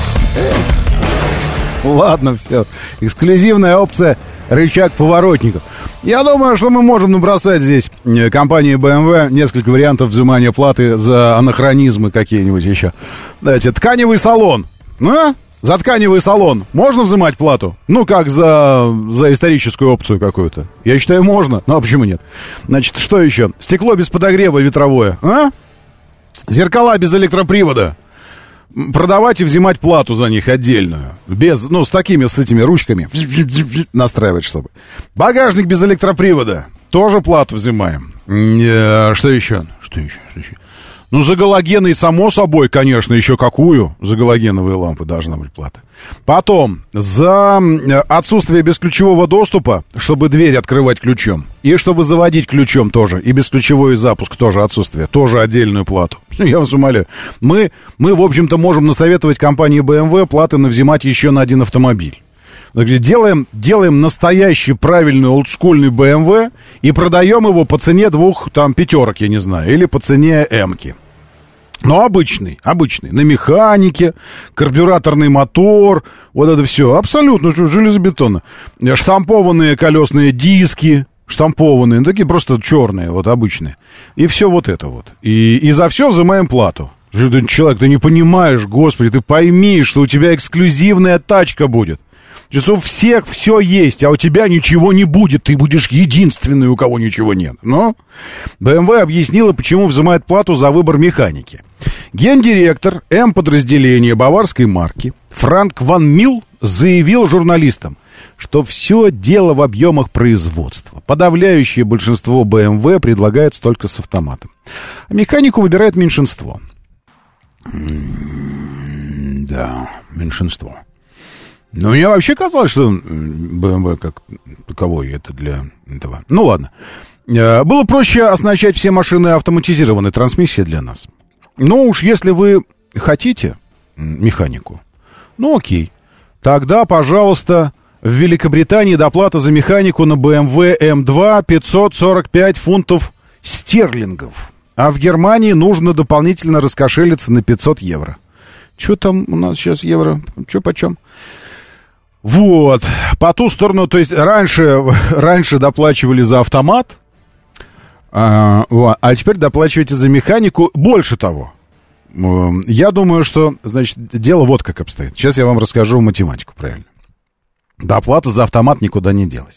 Ладно, все. Эксклюзивная опция рычаг поворотников. Я думаю, что мы можем набросать здесь компании BMW несколько вариантов взимания платы за анахронизмы какие-нибудь еще. Давайте, тканевый салон. Ну, за тканевый салон можно взимать плату? Ну, как за историческую опцию какую-то. Я считаю, можно. Ну, а почему нет? Значит, что еще? Стекло без подогрева ветровое. А? Зеркала без электропривода. Продавать и взимать плату за них отдельную. Без, ну, с этими ручками. Настраивать, чтобы. Багажник без электропривода. Тоже плату взимаем. Что еще? Что еще? Ну, за галогены, само собой, конечно, еще какую. За галогеновые лампы должна быть плата. Потом, за отсутствие бесключевого доступа, чтобы дверь открывать ключом. И чтобы заводить ключом тоже. И бесключевой запуск тоже отсутствие. Тоже отдельную плату. Я вас умоляю. Мы, в общем-то, можем насоветовать компании BMW платы навзимать еще на один автомобиль. Делаем настоящий правильный олдскульный BMW и продаем его по цене двух там пятерок, я не знаю, или по цене М-ки. Но обычный, на механике, карбюраторный мотор, вот это все, абсолютно железобетонно. Штампованные колесные диски, штампованные, такие просто черные, вот обычные. И все вот это вот. И за все взимаем плату. Человек, ты не понимаешь, господи, ты пойми, что у тебя эксклюзивная тачка будет. У всех все есть, а у тебя ничего не будет. Ты будешь единственный, у кого ничего нет. Но BMW объяснила, почему взимает плату за выбор механики. Гендиректор М-подразделения баварской марки Франк Ван Мил заявил журналистам, что все дело в объемах производства. Подавляющее большинство BMW предлагается только с автоматом. А механику выбирает меньшинство. Да, меньшинство. Но мне вообще казалось, что BMW как таковой это для этого. Ну ладно. Было проще оснащать все машины автоматизированной трансмиссией для нас. Но уж если вы хотите механику, Ну, окей. Тогда, пожалуйста, в Великобритании доплата за механику на BMW M2 545 фунтов стерлингов. А в Германии нужно дополнительно раскошелиться на 500 евро. Что там у нас сейчас евро? Что почем? Вот. По ту сторону, то есть раньше доплачивали за автомат, а теперь доплачиваете за механику. Больше того, я думаю, что, значит, дело вот как обстоит. Сейчас я вам расскажу математику правильно. Доплата за автомат никуда не делась.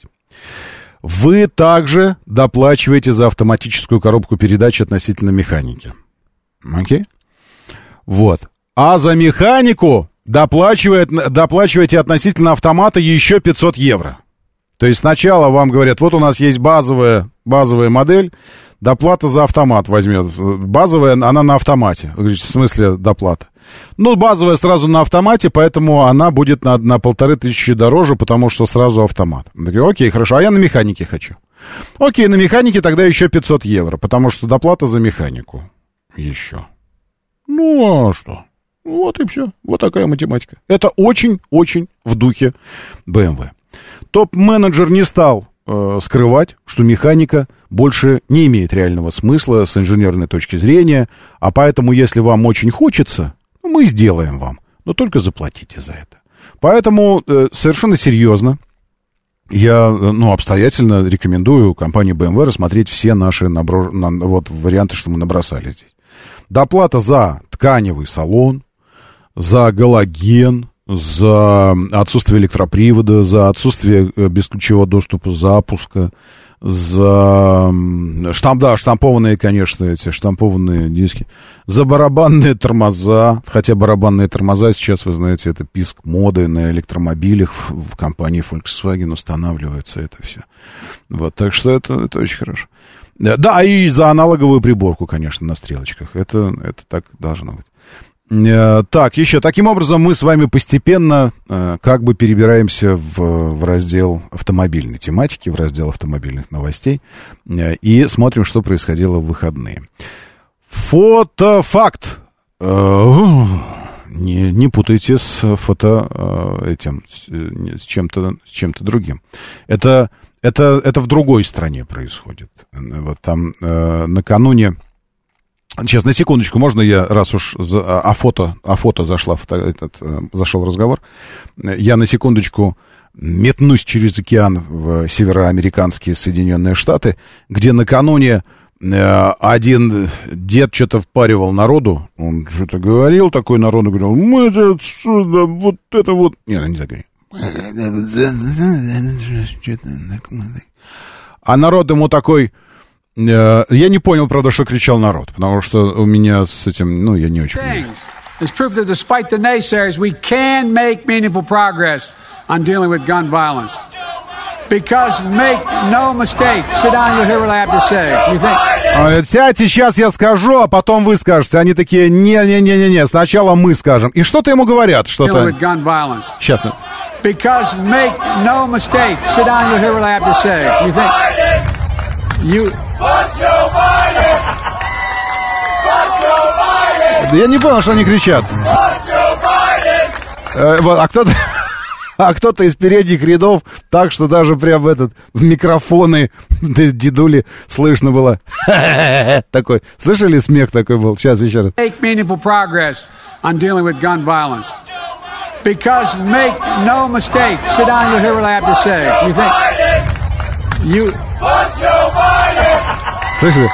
Вы также доплачиваете за автоматическую коробку передач относительно механики. Окей? Вот. А за механику доплачиваете относительно автомата еще 500 евро. То есть сначала вам говорят, вот у нас есть базовая модель, доплата за автомат возьмет. Базовая, она на автомате. Вы говорите, в смысле доплата? Ну, базовая сразу на автомате, поэтому она будет на 1500 дороже, потому что сразу автомат. Окей, хорошо, а я на механике хочу. Окей, на механике тогда еще 500 евро, потому что доплата за механику еще. Ну, а что? Вот и все. Вот такая математика. Это очень-очень в духе BMW. Топ-менеджер не стал скрывать, что механика больше не имеет реального смысла с инженерной точки зрения, а поэтому, если вам очень хочется, мы сделаем вам, но только заплатите за это. Поэтому совершенно серьезно я обстоятельно рекомендую компании BMW рассмотреть все наши варианты, что мы набросали здесь. Доплата за тканевый салон, за галоген, за отсутствие электропривода, за отсутствие бесключевого доступа запуска, за штампованные, конечно, эти штампованные диски, за барабанные тормоза, хотя барабанные тормоза сейчас, вы знаете, это писк моды на электромобилях в компании Volkswagen устанавливается это все. Вот, так что это очень хорошо. Да, и за аналоговую приборку, конечно, на стрелочках. Это так должно быть. Так, еще. Таким образом, мы с вами постепенно как бы перебираемся в раздел автомобильной тематики, в раздел автомобильных новостей и смотрим, что происходило в выходные. Фотофакт. Не путайте с с чем-то другим. Это в другой стране происходит. Вот там накануне... Сейчас, на секундочку, можно я, раз уж о фото зашел разговор, я на секундочку метнусь через океан в североамериканские Соединенные Штаты, где накануне один дед что-то впаривал народу, он что-то говорил, такой народу говорил, мы отсюда, вот это вот... Нет, не так говорит. А народ ему такой... Я не понял, правда, что кричал народ, потому что у меня с этим, я не очень понимаю. It's proof that despite the naysayers, we can make meaningful progress on dealing with gun violence. Because make no mistake, sit down, you'll hear what I have to say. You think... Сядьте, сейчас я скажу, а потом вы скажете. Они такие, не, сначала мы скажем. И что-то ему говорят, что-то... Сейчас. Because make no mistake, sit down, you'll hear what I have to say. You think... Я не понял, что они кричат. А кто-то из передних рядов, так что даже прям в микрофоны дедули слышно было. Такой, слышали, смех такой был? Сейчас, еще раз. Make meaningful progress on dealing with gun violence. Because make no mistake, sit down, you'll hear what I have to say. You think... Слышите?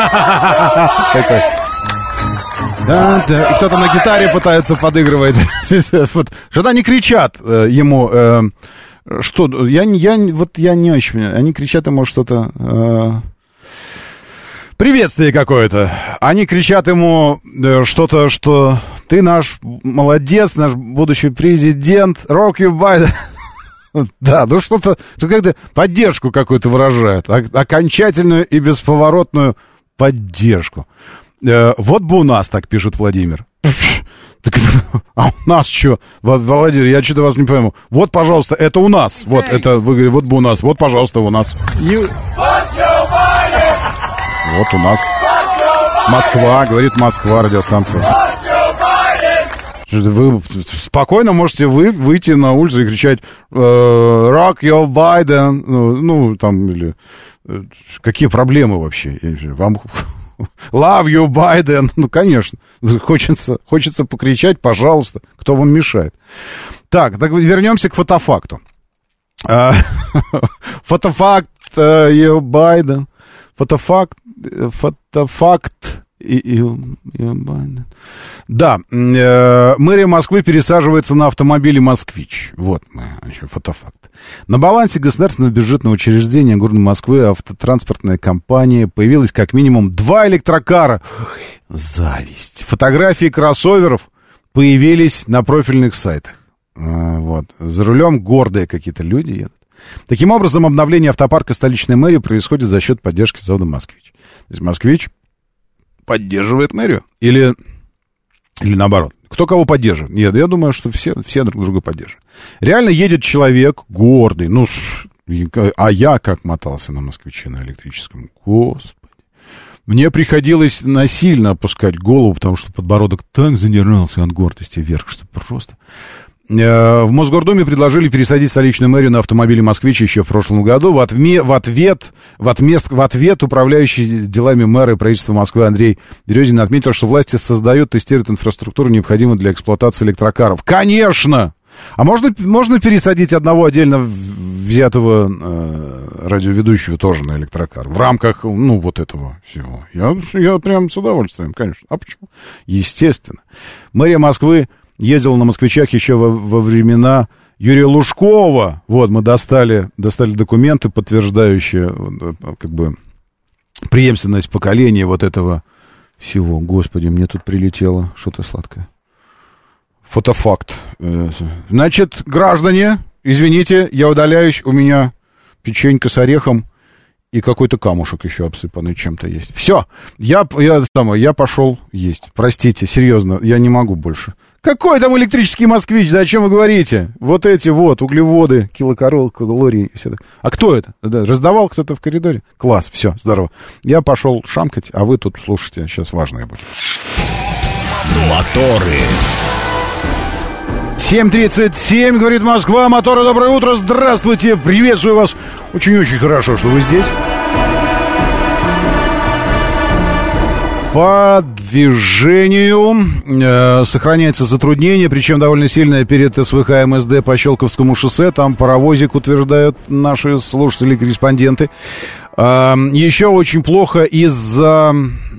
Да, и кто-то на гитаре пытается подыгрывать. Что-то они кричат ему. Что? Я не очень понимаю. Они кричат ему что-то... Приветствие какое-то. Они кричат ему что-то, что ты наш молодец, наш будущий президент, rock you by... Да, что-то как-то поддержку какую-то выражают, окончательную и бесповоротную поддержку. Вот бы у нас, так пишет Владимир. А у нас что? Владимир, я что-то вас не пойму. Вот, пожалуйста, это у нас. Вот, это, вы говорите, вот бы у нас. Вот, пожалуйста, у нас. Вот у нас. Москва, говорит Москва, радиостанция. Вы спокойно можете выйти на улицу и кричать «Rock your Biden», ну, там, или какие проблемы вообще? Вам «Love you, Biden», ну, конечно, хочется покричать, пожалуйста, кто вам мешает. Так вернемся к фотофакту. Фотофакт, Байден, фотофакт, да, мэрия Москвы пересаживается на автомобили «Москвич». Вот, еще фотофакт. На балансе государственного бюджетного учреждения города Москвы автотранспортная компания появилась как минимум 2 электрокара. Зависть. Фотографии кроссоверов появились на профильных сайтах. Вот. За рулем гордые какие-то люди едут. Таким образом, обновление автопарка столичной мэрии происходит за счет поддержки завода «Москвич». То есть «Москвич» поддерживает мэрию? Или наоборот? Кто кого поддерживает? Нет, я думаю, что все друг друга поддерживают. Реально едет человек гордый. Ну, а я как мотался на «Москвиче» на электрическом. Господи. Мне приходилось насильно опускать голову, потому что подбородок так задирался от гордости вверх, что просто... В Мосгордуме предложили пересадить столичную мэрию на автомобили «Москвич» еще в прошлом году. В ответ управляющий делами мэра и правительства Москвы Андрей Березин отметил, что власти создают, тестируют инфраструктуру, необходимую для эксплуатации электрокаров. Конечно! А можно пересадить одного отдельно взятого радиоведущего тоже на электрокар? В рамках, вот этого всего. Я прям с удовольствием, конечно. А почему? Естественно. Мэрия Москвы ездила на «Москвичах» еще во времена Юрия Лужкова. Вот, мы достали документы, подтверждающие как бы преемственность поколения вот этого всего. Господи, мне тут прилетело что-то сладкое. Фотофакт. Значит, граждане, извините, я удаляюсь, у меня печенька с орехом и какой-то камушек еще обсыпанный чем-то есть. Все, я пошел есть. Простите, серьезно, я не могу больше. Какой там электрический «Москвич», зачем вы говорите? Вот эти вот углеводы, килокалорий, все так. А кто это? Раздавал кто-то в коридоре? Класс, все, здорово. Я пошел шамкать, а вы тут слушайте, сейчас важное будет. Моторы. 7:37, говорит Москва, моторы, доброе утро, здравствуйте, приветствую вас. Очень-очень хорошо, что вы здесь. По движению сохраняется затруднение, причем довольно сильное перед СВХ МСД по Щелковскому шоссе. Там паровозик, утверждают наши слушатели-корреспонденты. Еще очень плохо из-за...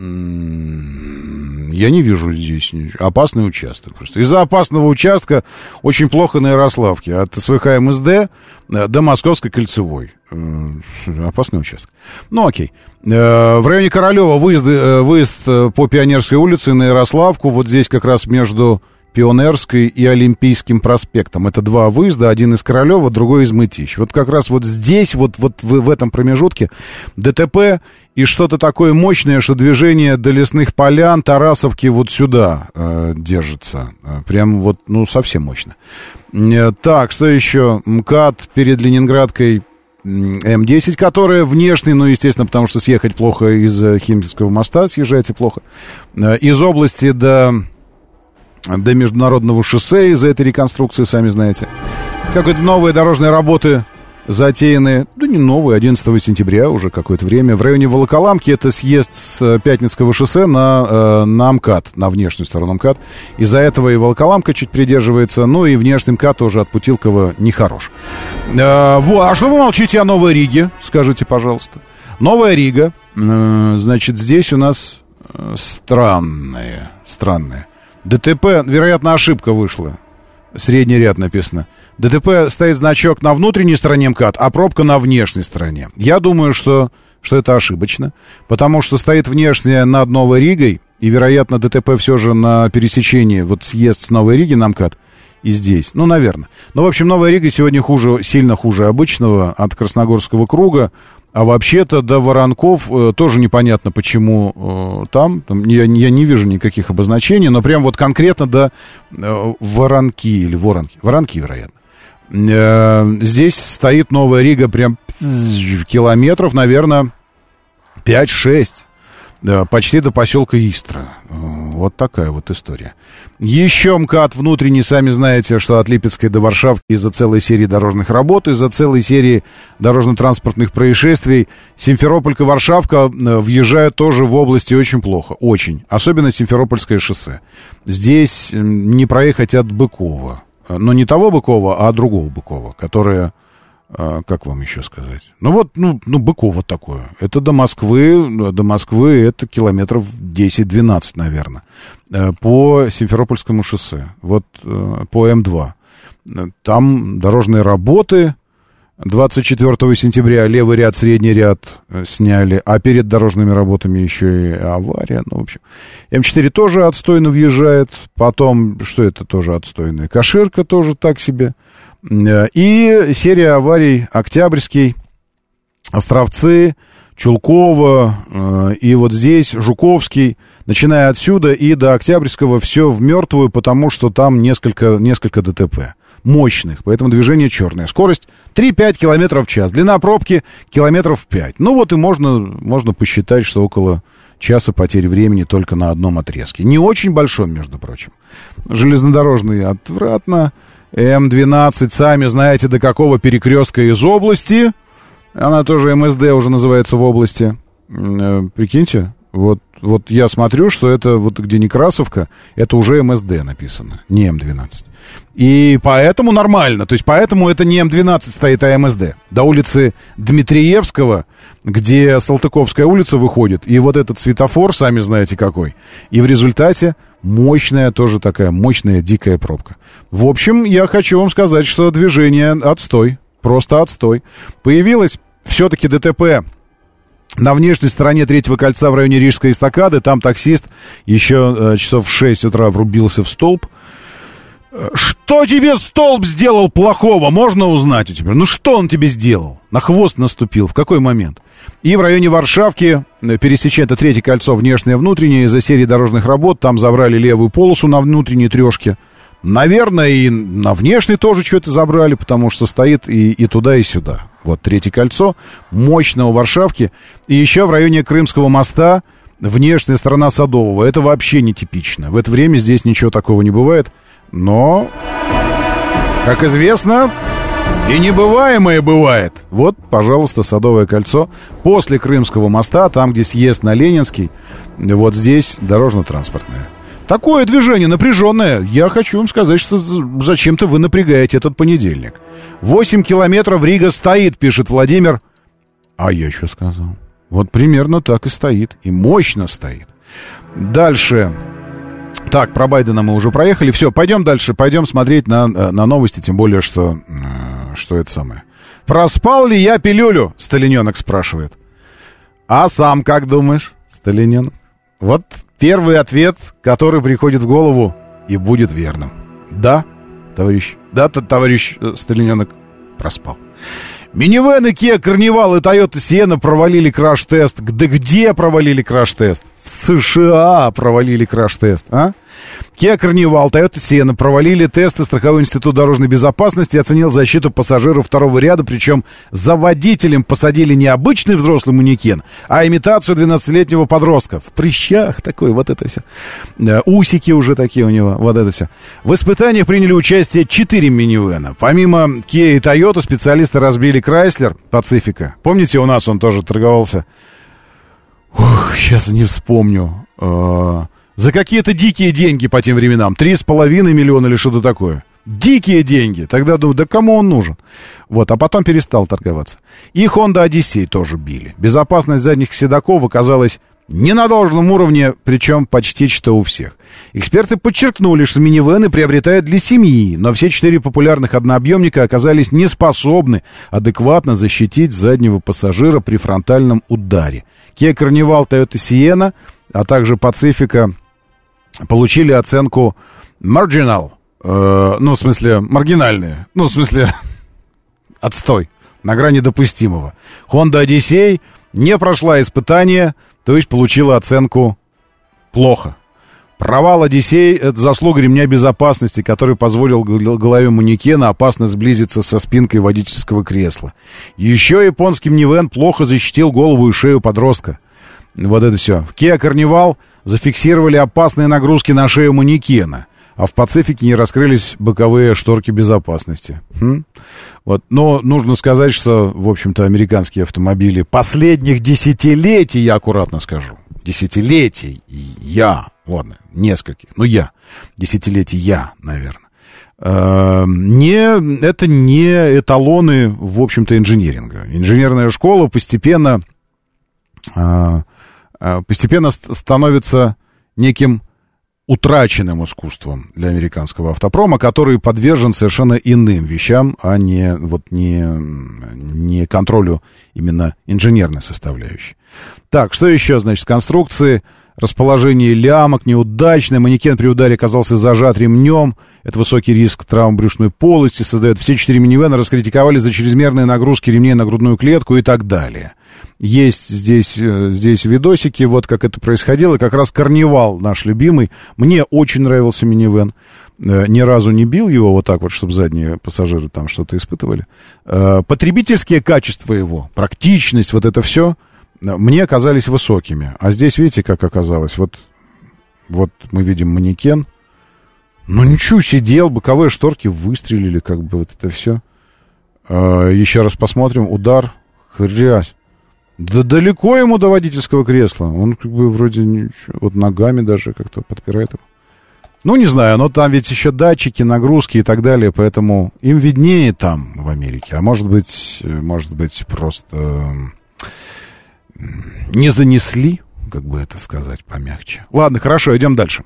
Я не вижу здесь опасный участок. Просто из-за опасного участка очень плохо на Ярославке. От СВХ МСД до Московской кольцевой. Опасный участок. Ну, окей. В районе Королева выезд по Пионерской улице на Ярославку. Вот здесь как раз между Пионерской и Олимпийским проспектом. Это 2 выезда. Один из Королева, другой из Мытищ. Вот как раз вот здесь, вот в этом промежутке ДТП и что-то такое мощное, что движение до Лесных Полян, Тарасовки вот сюда держится. Прям вот, совсем мощно. Так, что еще? МКАД перед Ленинградкой М10, которая внешне, естественно, потому что съехать плохо из Химкинского моста, съезжаете плохо. Из области до Международного шоссе из-за этой реконструкции, сами знаете. Какие-то новые дорожные работы затеяны, не новые, 11 сентября уже какое-то время. В районе Волоколамки это съезд с Пятницкого шоссе на МКАД, на внешнюю сторону МКАД. Из-за этого и Волоколамка чуть придерживается, и внешний МКАД тоже от Путилково нехорош. А что вы молчите о Новой Риге, скажите, пожалуйста. Новая Рига, значит, здесь у нас странное. ДТП, вероятно, ошибка вышла. Средний ряд написано. ДТП стоит значок на внутренней стороне МКАД, а пробка на внешней стороне. Я думаю, что это ошибочно, потому что стоит внешняя над Новой Ригой, и, вероятно, ДТП все же на пересечении, вот съезд с Новой Риги на МКАД и здесь. Наверное. В общем, Новая Рига сегодня сильно хуже обычного от Красногорского круга. А вообще-то до Воронков тоже непонятно, почему там я не вижу никаких обозначений, но прям вот конкретно до Воронки или Воронки, вероятно. Здесь стоит Новая Рига прям километров, наверное, 5-6, почти до поселка Истра. Вот такая вот история. Еще МКАД внутренний, сами знаете, что от Липецкой до Варшавки из-за целой серии дорожных работ, из-за целой серии дорожно-транспортных происшествий. Симферополь-Варшавка въезжают тоже в области очень плохо, очень. Особенно Симферопольское шоссе. Здесь не проехать от Быкова. Но не того Быкова, а другого Быкова, которое... Как вам еще сказать? Ну, Быково такое. Это до Москвы это километров 10-12, наверное, по Симферопольскому шоссе, вот по М2. Там дорожные работы 24 сентября, левый ряд, средний ряд сняли, а перед дорожными работами еще и авария, ну, в общем. М4 тоже отстойно въезжает, потом, что это тоже отстойное? Каширка тоже так себе. И серия аварий Октябрьский, Островцы, Чулково, и вот здесь Жуковский, начиная отсюда и до Октябрьского, все в мертвую, потому что там несколько ДТП мощных, поэтому движение черное. Скорость 3-5 километров в час, длина пробки километров 5. Ну вот и можно посчитать, что около часа потери времени только на одном отрезке. Не очень большом, между прочим. Железнодорожный отвратно. М12, сами знаете, до какого перекрестка из области. Она тоже МСД уже называется в области. Прикиньте, вот я смотрю, что это вот где Некрасовка, это уже МСД написано, не М12. И поэтому нормально, то есть поэтому это не М12 стоит, а МСД. До улицы Дмитриевского, где Салтыковская улица выходит, и вот этот светофор, сами знаете какой. И в результате мощная, тоже такая мощная дикая пробка. В общем, я хочу вам сказать, что движение отстой, просто отстой. Появилось все-таки ДТП на внешней стороне Третьего кольца в районе Рижской эстакады. Там таксист еще часов в 6 утра врубился в столб. Что тебе столб сделал плохого? Можно узнать у тебя? Ну что он тебе сделал? На хвост наступил. В какой момент? И в районе Варшавки пересечение, это Третье кольцо, внешнее, внутреннее, из-за серии дорожных работ. Там забрали левую полосу на внутренней трешке. Наверное, и на внешней тоже что-то забрали, потому что стоит и туда, и сюда. Вот Третье кольцо, мощно у Варшавки. И еще в районе Крымского моста, внешняя сторона Садового. Это вообще нетипично. В это время здесь ничего такого не бывает. Но, как известно, и небываемое бывает. Вот, пожалуйста, Садовое кольцо. После Крымского моста, там, где съезд на Ленинский, вот здесь дорожно-транспортное. Такое движение напряженное. Я хочу вам сказать, что зачем-то вы напрягаете этот понедельник. 8 километров Рига стоит, пишет Владимир. А я что сказал? Вот примерно так и стоит. И мощно стоит. Дальше. Так, про Байдена мы уже проехали. Все, пойдем дальше. Пойдем смотреть на новости. Тем более, что это самое. Проспал ли я пилюлю? Сталиненок спрашивает. А сам как думаешь, Сталиненок? Вот первый ответ, который приходит в голову и будет верным. Да, товарищ. Да, товарищ Сталиненок проспал. Минивэн, Kia Carnival и Toyota Sienna провалили краш-тест. Да где провалили краш-тест? В США провалили краш-тест, а? Kia Carnival, Toyota Sienna провалили тесты. Страховой институт дорожной безопасности оценил защиту пассажиров второго ряда, причем за водителем посадили не обычный взрослый манекен, а имитацию 12-летнего подростка. В прыщах такой, вот это все. Усики уже такие у него, вот это все. В испытаниях приняли участие 4 минивэна. Помимо Kia и Toyota специалисты разбили Chrysler Pacifica. Помните, у нас он тоже торговался? Сейчас не вспомню. За какие-то дикие деньги по тем временам. 3,5 миллиона или что-то такое. Дикие деньги. Тогда думаю, да кому он нужен? Вот, а потом перестал торговаться. И Honda Odyssey тоже били. Безопасность задних седаков оказалась не на должном уровне, причем почти что у всех. Эксперты подчеркнули, что минивэны приобретают для семьи, но все 4 популярных однообъемника оказались не способны адекватно защитить заднего пассажира при фронтальном ударе. Kia Carnival, Toyota Sienna, а также Pacifica получили оценку marginal, в смысле маргинальные, в смысле отстой, на грани допустимого. Honda Odyssey не прошла испытание, то есть получила оценку плохо. Провал Odyssey — это заслуга ремня безопасности, который позволил голове манекена опасно сблизиться со спинкой водительского кресла. Еще японский минивэн плохо защитил голову и шею подростка. Вот это все. В Kia Carnival зафиксировали опасные нагрузки на шею манекена, а в Пацифике не раскрылись боковые шторки безопасности. Вот. Но нужно сказать, что, в общем-то, американские автомобили последних десятилетий, я аккуратно скажу, десятилетий, десятилетий, наверное, это не эталоны, в общем-то, инжиниринга. Инженерная школа постепенно становится неким утраченным искусством для американского автопрома, который подвержен совершенно иным вещам, а не контролю именно инженерной составляющей. Так, что еще, значит, конструкции, расположение лямок неудачное, манекен при ударе оказался зажат ремнем, это высокий риск травм брюшной полости создает. Все 4 минивэна раскритиковали за чрезмерные нагрузки ремней на грудную клетку и так далее. Есть здесь видосики, вот как это происходило. Как раз Карнивал наш любимый. Мне очень нравился минивэн. Ни разу не бил его вот так вот, чтобы задние пассажиры там что-то испытывали. Потребительские качества его, практичность, вот это все мне казались высокими. А здесь, видите, как оказалось. Вот мы видим манекен. Ну ничего, сидел, боковые шторки выстрелили, как бы вот это все. Еще раз посмотрим. Удар. Хрясь. Да далеко ему до водительского кресла. Он как бы вроде ничего, вот ногами даже как-то подпирает его. Ну, не знаю, но там ведь еще датчики, нагрузки и так далее, поэтому им виднее там, в Америке. А может быть, просто не занесли, как бы это сказать помягче. Ладно, хорошо, идем дальше.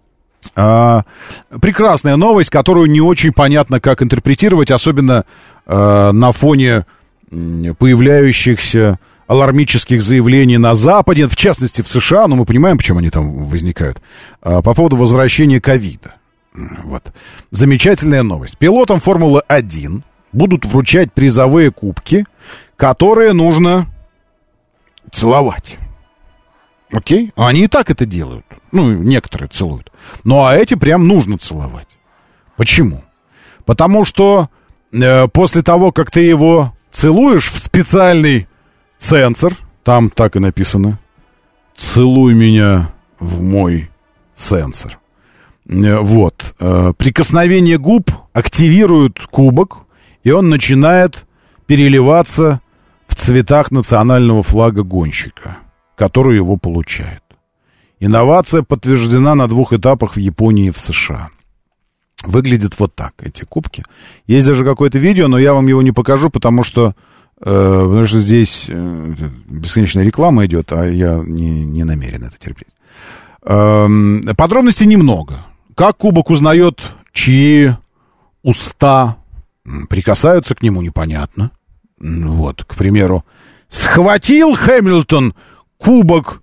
Прекрасная новость, которую не очень понятно, как интерпретировать, особенно на фоне появляющихся алармических заявлений на Западе, в частности в США, но мы понимаем, почему они там возникают, по поводу возвращения ковида. Вот. Замечательная новость. Пилотам Формулы-1 будут вручать призовые кубки, которые нужно целовать. Окей? Они и так это делают. Ну, некоторые целуют. Ну, а эти прям нужно целовать. Почему? Потому что после того, как ты его целуешь в специальный сенсор, там так и написано: «Целуй меня в мой сенсор». Вот. Прикосновение губ активирует кубок, и он начинает переливаться в цветах национального флага гонщика, который его получает. Инновация подтверждена на 2 этапах в Японии и в США. Выглядит вот так, эти кубки. Есть даже какое-то видео, но я вам его не покажу, потому что здесь бесконечная реклама идет, а я не намерен это терпеть. Подробностей немного. Как кубок узнает, чьи уста прикасаются к нему, непонятно. Вот, к примеру, схватил Хэмилтон кубок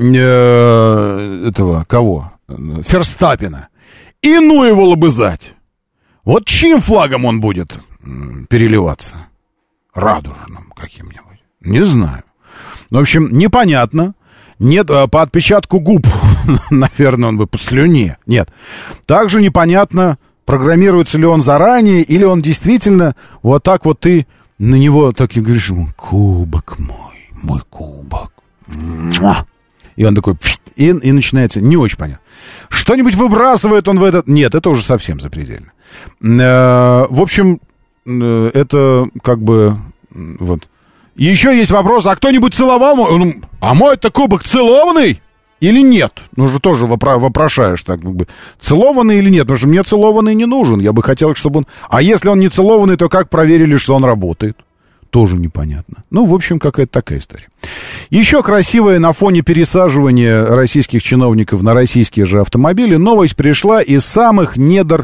этого, кого? Ферстаппена. И ну его лобызать. Вот чьим флагом он будет переливаться? Радужным каким-нибудь. Не знаю. В общем, непонятно. Нет, по отпечатку губ, наверное, он бы по слюне. Нет. Также непонятно, программируется ли он заранее, или он действительно вот так вот ты на него так и говоришь ему: кубок мой кубок. И он такой, и начинается, не очень понятно. Что-нибудь выбрасывает он в этот... Нет, это уже совсем запредельно. В общем, это как бы... Вот. Еще есть вопрос, а кто-нибудь целовал мой? А мой-то кубок целованный или нет? Ну же тоже вопрошаешь так, как бы, целованный или нет? Потому что мне целованный не нужен. Я бы хотел, чтобы он... А если он не целованный, то как проверили, что он работает? Тоже непонятно. Ну, в общем, какая-то такая история. Еще красивая на фоне пересаживания российских чиновников на российские же автомобили новость пришла из самых недр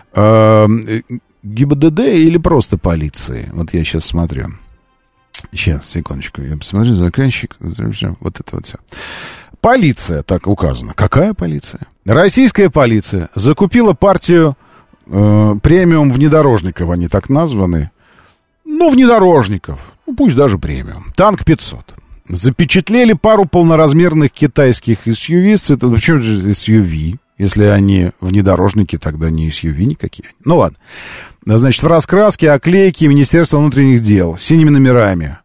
ГИБДД или просто полиции. Вот я сейчас смотрю. Сейчас, секундочку. Я посмотрю, заказчик. Вот это вот все. Полиция, так указано. Какая полиция? Российская полиция закупила партию премиум внедорожников, они так названы. Ну, внедорожников. Ну, пусть даже премиум. Танк 500. Запечатлели пару полноразмерных китайских SUV. Почему же SUV? Если они внедорожники, тогда не SUV никакие. Ну, ладно. Значит, в раскраске, оклейки Министерства внутренних дел. С синими номерами.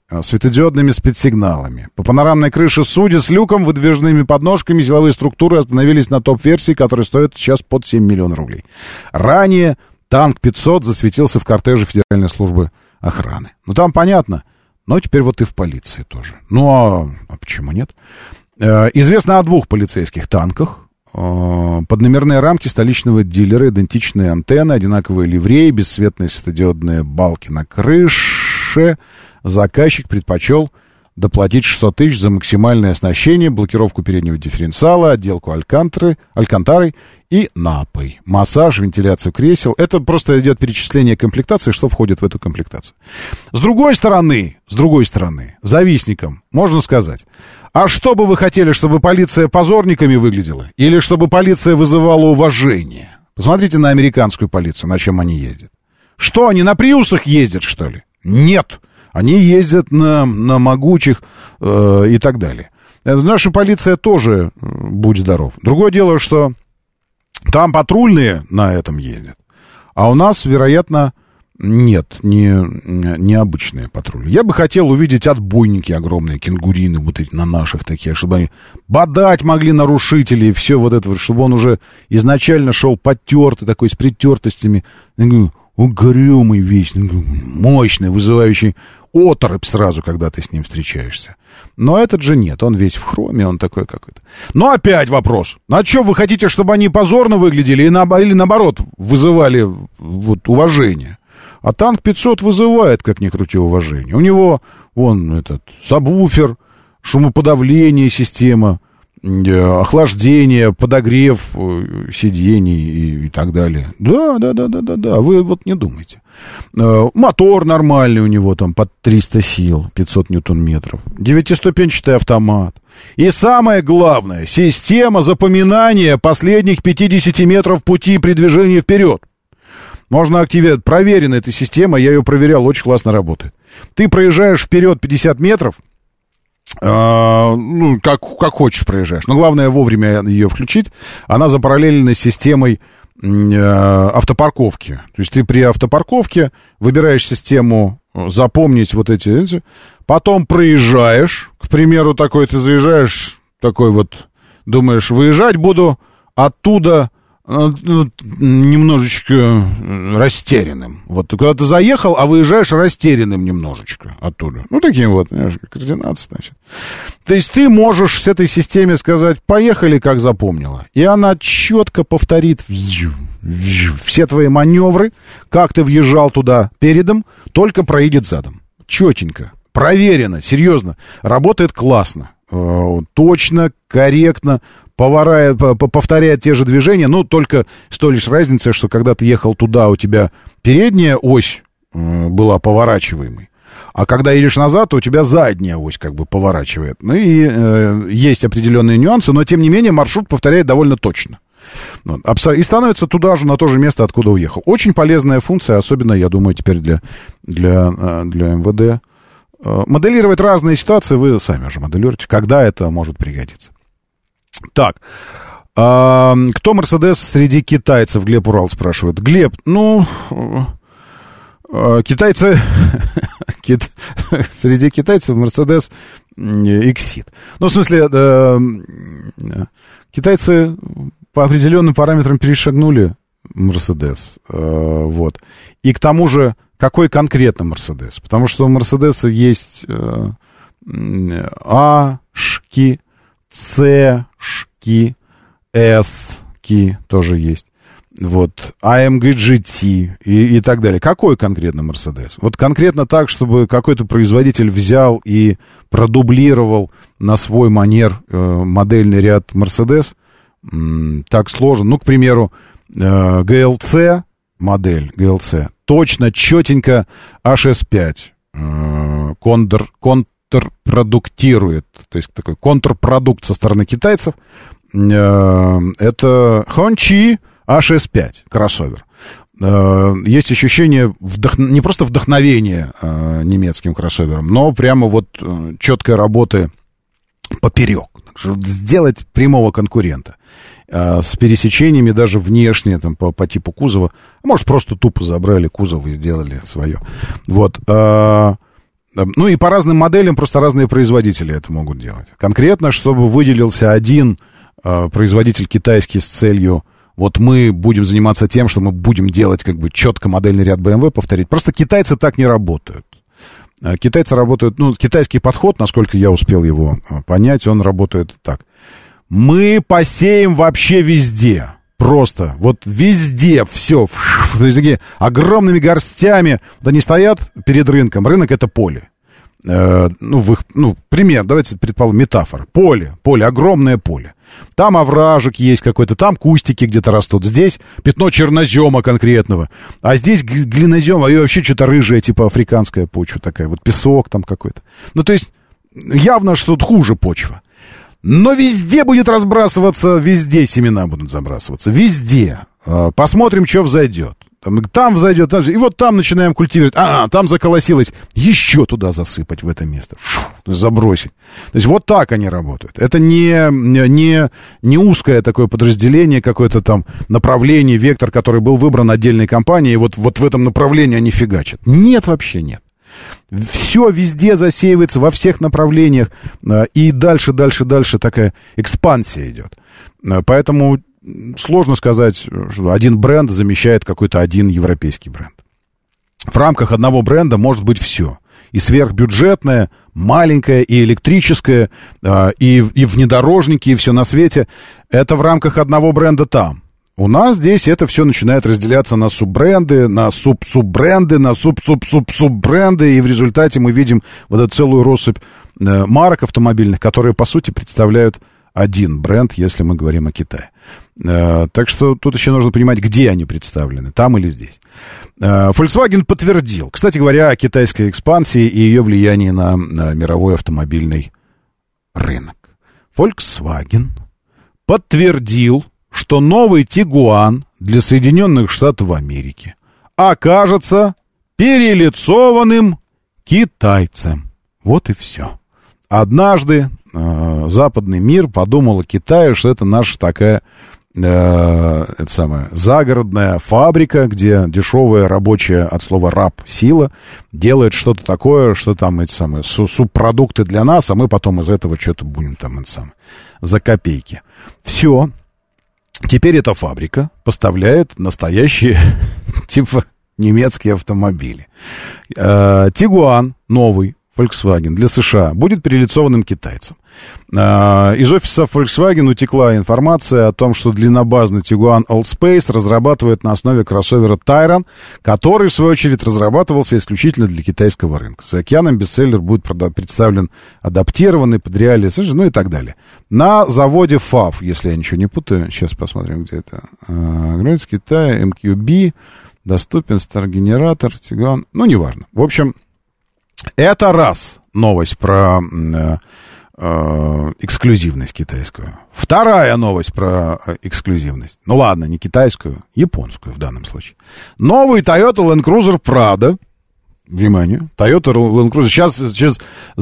светодиодными спецсигналами. По панорамной крыше судьи с люком, выдвижными подножками силовые структуры остановились на топ-версии, которая стоит сейчас под 7 миллионов рублей. Ранее танк 500 засветился в кортеже Федеральной службы охраны. Ну, там понятно, но теперь вот и в полиции тоже. Ну, а почему нет? Известно о 2 полицейских танках. Под номерные рамки столичного дилера, идентичные антенны, одинаковые ливреи, бесцветные светодиодные балки на крыше. Заказчик предпочел доплатить 600 тысяч за максимальное оснащение, блокировку переднего дифференциала, отделку алькантарой и напой. Массаж, вентиляцию кресел. Это просто идет перечисление комплектации, что входит в эту комплектацию. С другой стороны, завистникам можно сказать: а что бы вы хотели, чтобы полиция позорниками выглядела? Или чтобы полиция вызывала уважение? Посмотрите на американскую полицию, на чем они ездят. Что, они на приусах ездят, что ли? Нет. Они ездят на могучих и так далее. Наша полиция тоже, будь здоров. Другое дело, что там патрульные на этом ездят, а у нас, вероятно, нет, не обычные патрули. Я бы хотел увидеть отбойники огромные, кенгурины вот эти на наших таких, чтобы они бодать могли нарушителей, все вот это, чтобы он уже изначально шел потертый такой, с притертостями, угрюмый весь, мощный, вызывающий оторопь сразу, когда ты с ним встречаешься. Но этот же нет, он весь в хроме, он такой какой-то. Но опять вопрос: а что, вы хотите, чтобы они позорно выглядели или наоборот вызывали вот уважение? А танк 500 вызывает, как ни крути, уважение. У него вон этот сабвуфер, шумоподавление, система, охлаждение, подогрев сидений и так далее. Да, вы вот не думайте. Мотор нормальный у него, там под 300 сил, 500 ньютон-метров. 9-ступенчатый автомат. И самое главное, система запоминания последних 50 метров пути при движении вперед. Можно активировать. Проверена эта система, я ее проверял, очень классно работает. Ты проезжаешь вперед 50 метров, как хочешь проезжаешь. Но главное вовремя ее включить. Она запараллелена с системой автопарковки. То есть ты при автопарковке выбираешь систему запомнить вот эти, потом проезжаешь, к примеру, такой, ты заезжаешь, такой вот, думаешь, выезжать буду оттуда немножечко растерянным. Вот ты куда-то заехал, а выезжаешь растерянным немножечко оттуда. Ну, таким вот, координация, значит. То есть ты можешь с этой системе сказать: поехали, как запомнила. И она четко повторит все твои маневры, как ты въезжал туда передом, только проедет задом. Четенько, проверено, серьезно. Работает классно, точно, корректно. Повторяет те же движения, но только с той лишь разницей, что когда ты ехал туда, у тебя передняя ось была поворачиваемой, а когда едешь назад, то у тебя задняя ось как бы поворачивает. Ну и есть определенные нюансы, но тем не менее маршрут повторяет довольно точно. И становится туда же, на то же место, откуда уехал. Очень полезная функция, особенно, я думаю, теперь для МВД. Моделировать разные ситуации вы сами уже моделируете, когда это может пригодиться. Так, кто Мерседес среди китайцев? Глеб Урал спрашивает. Глеб, китайцы, среди китайцев Мерседес Exit. Ну, в смысле, китайцы по определенным параметрам перешагнули Мерседес, вот. И к тому же, какой конкретно Мерседес? Потому что у Мерседеса есть А-шки, С-шки, С-ки тоже есть. Вот, AMG GT и так далее. Какой конкретно Мерседес? Вот конкретно так, чтобы какой-то производитель взял и продублировал на свой манер модельный ряд Мерседес, так сложно. Ну, к примеру, GLC модель, GLC, точно, четенько HS5 контрпродуктирует, то есть такой контрпродукт со стороны китайцев. Это Хончи HS5 кроссовер. Есть ощущение не просто вдохновения немецким кроссовером, но прямо вот четкой работы поперек. Сделать прямого конкурента с пересечениями даже внешне, там, по типу кузова. Может, просто тупо забрали кузов и сделали свое. Вот. Ну и по разным моделям просто разные производители это могут делать. Конкретно, чтобы выделился один производитель китайский с целью, вот мы будем заниматься тем, что мы будем делать как бы четко модельный ряд BMW, повторить. Просто китайцы так не работают. Китайцы работают, ну, китайский подход, насколько я успел его понять, он работает так. Мы посеем вообще везде. Просто. Вот везде все. То есть такие огромными горстями. Вот они стоят перед рынком. Рынок — это поле. Пример, давайте предположим, метафора. Поле, огромное поле. Там овражек есть какой-то, там кустики где-то растут. Здесь пятно чернозема конкретного. А здесь глинозем, и вообще что-то рыжее, типа африканская почва такая. Вот песок там какой-то. Ну, то есть, явно что-то хуже почва. Но везде будет разбрасываться, везде семена будут забрасываться. Везде. Посмотрим, что взойдет. Там взойдет, там, и вот там начинаем культивировать. Там заколосилось. Еще туда засыпать в это место. Забросить. То есть вот так они работают. Это не узкое такое подразделение, какое-то там направление, вектор, который был выбран отдельной компанией, и вот в этом направлении они фигачат. Нет, вообще нет. Все везде засеивается, во всех направлениях. И дальше такая экспансия идет. Поэтому сложно сказать, что один бренд замещает какой-то один европейский бренд. В рамках одного бренда может быть все. И сверхбюджетное, маленькое, и электрическое, и внедорожники, и все на свете. Это в рамках одного бренда там. У нас здесь это все начинает разделяться на суббренды, на суббренды, на суббренды, и в результате мы видим вот эту целую россыпь марок автомобильных, которые, по сути, представляют один бренд, если мы говорим о Китае. Так что тут еще нужно понимать, где они представлены, там или здесь. Volkswagen подтвердил, кстати говоря, о китайской экспансии и ее влиянии на мировой автомобильный рынок. Volkswagen подтвердил, что новый Тигуан для Соединенных Штатов Америки окажется перелицованным китайцем. Вот и все. Однажды западный мир подумал о Китае, что это наша такая загородная фабрика, где дешевая рабочая, от слова раб, сила, делает что-то такое, что там субпродукты для нас, а мы потом из этого что-то будем там за копейки. Все. Теперь эта фабрика поставляет настоящие типа немецкие автомобили. Тигуан новый Volkswagen для США будет перелицованным китайцем. Из офиса Volkswagen утекла информация о том, что длиннобазный Tiguan Allspace разрабатывает на основе кроссовера Tayron, который, в свою очередь, разрабатывался исключительно для китайского рынка. За океаном бестселлер будет представлен адаптированный под реалии, ну и так далее. На заводе FAW, если я ничего не путаю, сейчас посмотрим, где это. Граница Китая, MQB, доступен старгенератор, Tiguan, ну, неважно. В общем, это раз новость про эксклюзивность китайскую. Вторая новость про эксклюзивность. Ну ладно, не китайскую, японскую в данном случае. Новый Toyota Land Cruiser Prado. Внимание, Toyota Land Cruiser. Сейчас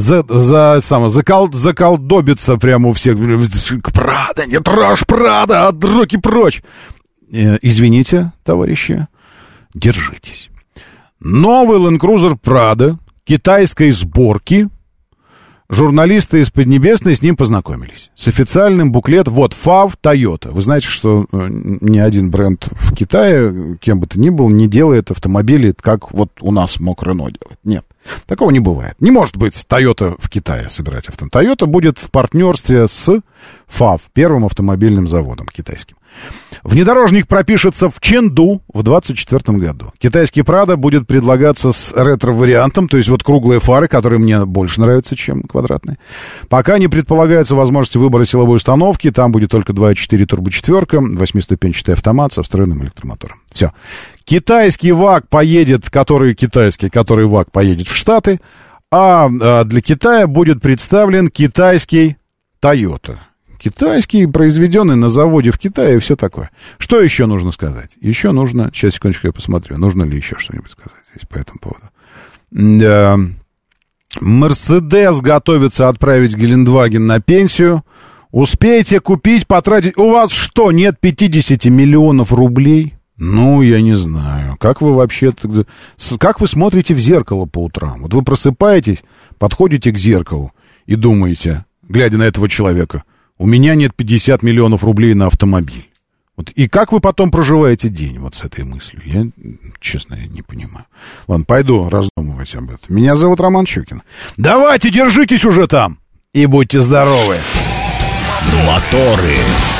заколдобится прямо у всех. Prado, не трожь Prado, от руки прочь. Извините, товарищи, держитесь. Новый Land Cruiser Prado китайской сборки. Журналисты из Поднебесной с ним познакомились. С официальным буклетом. Вот, FAW Toyota. Вы знаете, что ни один бренд в Китае, кем бы то ни был, не делает автомобили, как вот у нас мог Renault делать. Нет, такого не бывает. Не может быть Toyota в Китае собирать автомобиль. Toyota будет в партнерстве с FAW, первым автомобильным заводом китайским. Внедорожник пропишется в Чэнду в 2024 году. Китайский Prado будет предлагаться с ретро-вариантом, то есть вот круглые фары, которые мне больше нравятся, чем квадратные. Пока не предполагается возможности выбора силовой установки, там будет только 2.4 турбочетверка, 8-ступенчатый автомат со встроенным электромотором. Все. Китайский ВАГ поедет, который ВАГ поедет в Штаты, а для Китая будет представлен китайский Toyota. Китайский, произведенный на заводе в Китае и все такое. Что еще нужно сказать? Еще нужно... Сейчас, секундочку, я посмотрю. Нужно ли еще что-нибудь сказать здесь по этому поводу? Мерседес готовится отправить Гелендваген на пенсию. Успейте купить, потратить... У вас что, нет 50 миллионов рублей? Ну, я не знаю. Как вы вообще... Как вы смотрите в зеркало по утрам? Вот вы просыпаетесь, подходите к зеркалу и думаете, глядя на этого человека, у меня нет 50 миллионов рублей на автомобиль. Вот. И как вы потом проживаете день вот с этой мыслью? Я, честно, не понимаю. Ладно, пойду раздумывать об этом. Меня зовут Роман Щукин. Давайте, держитесь уже там и будьте здоровы. Моторы.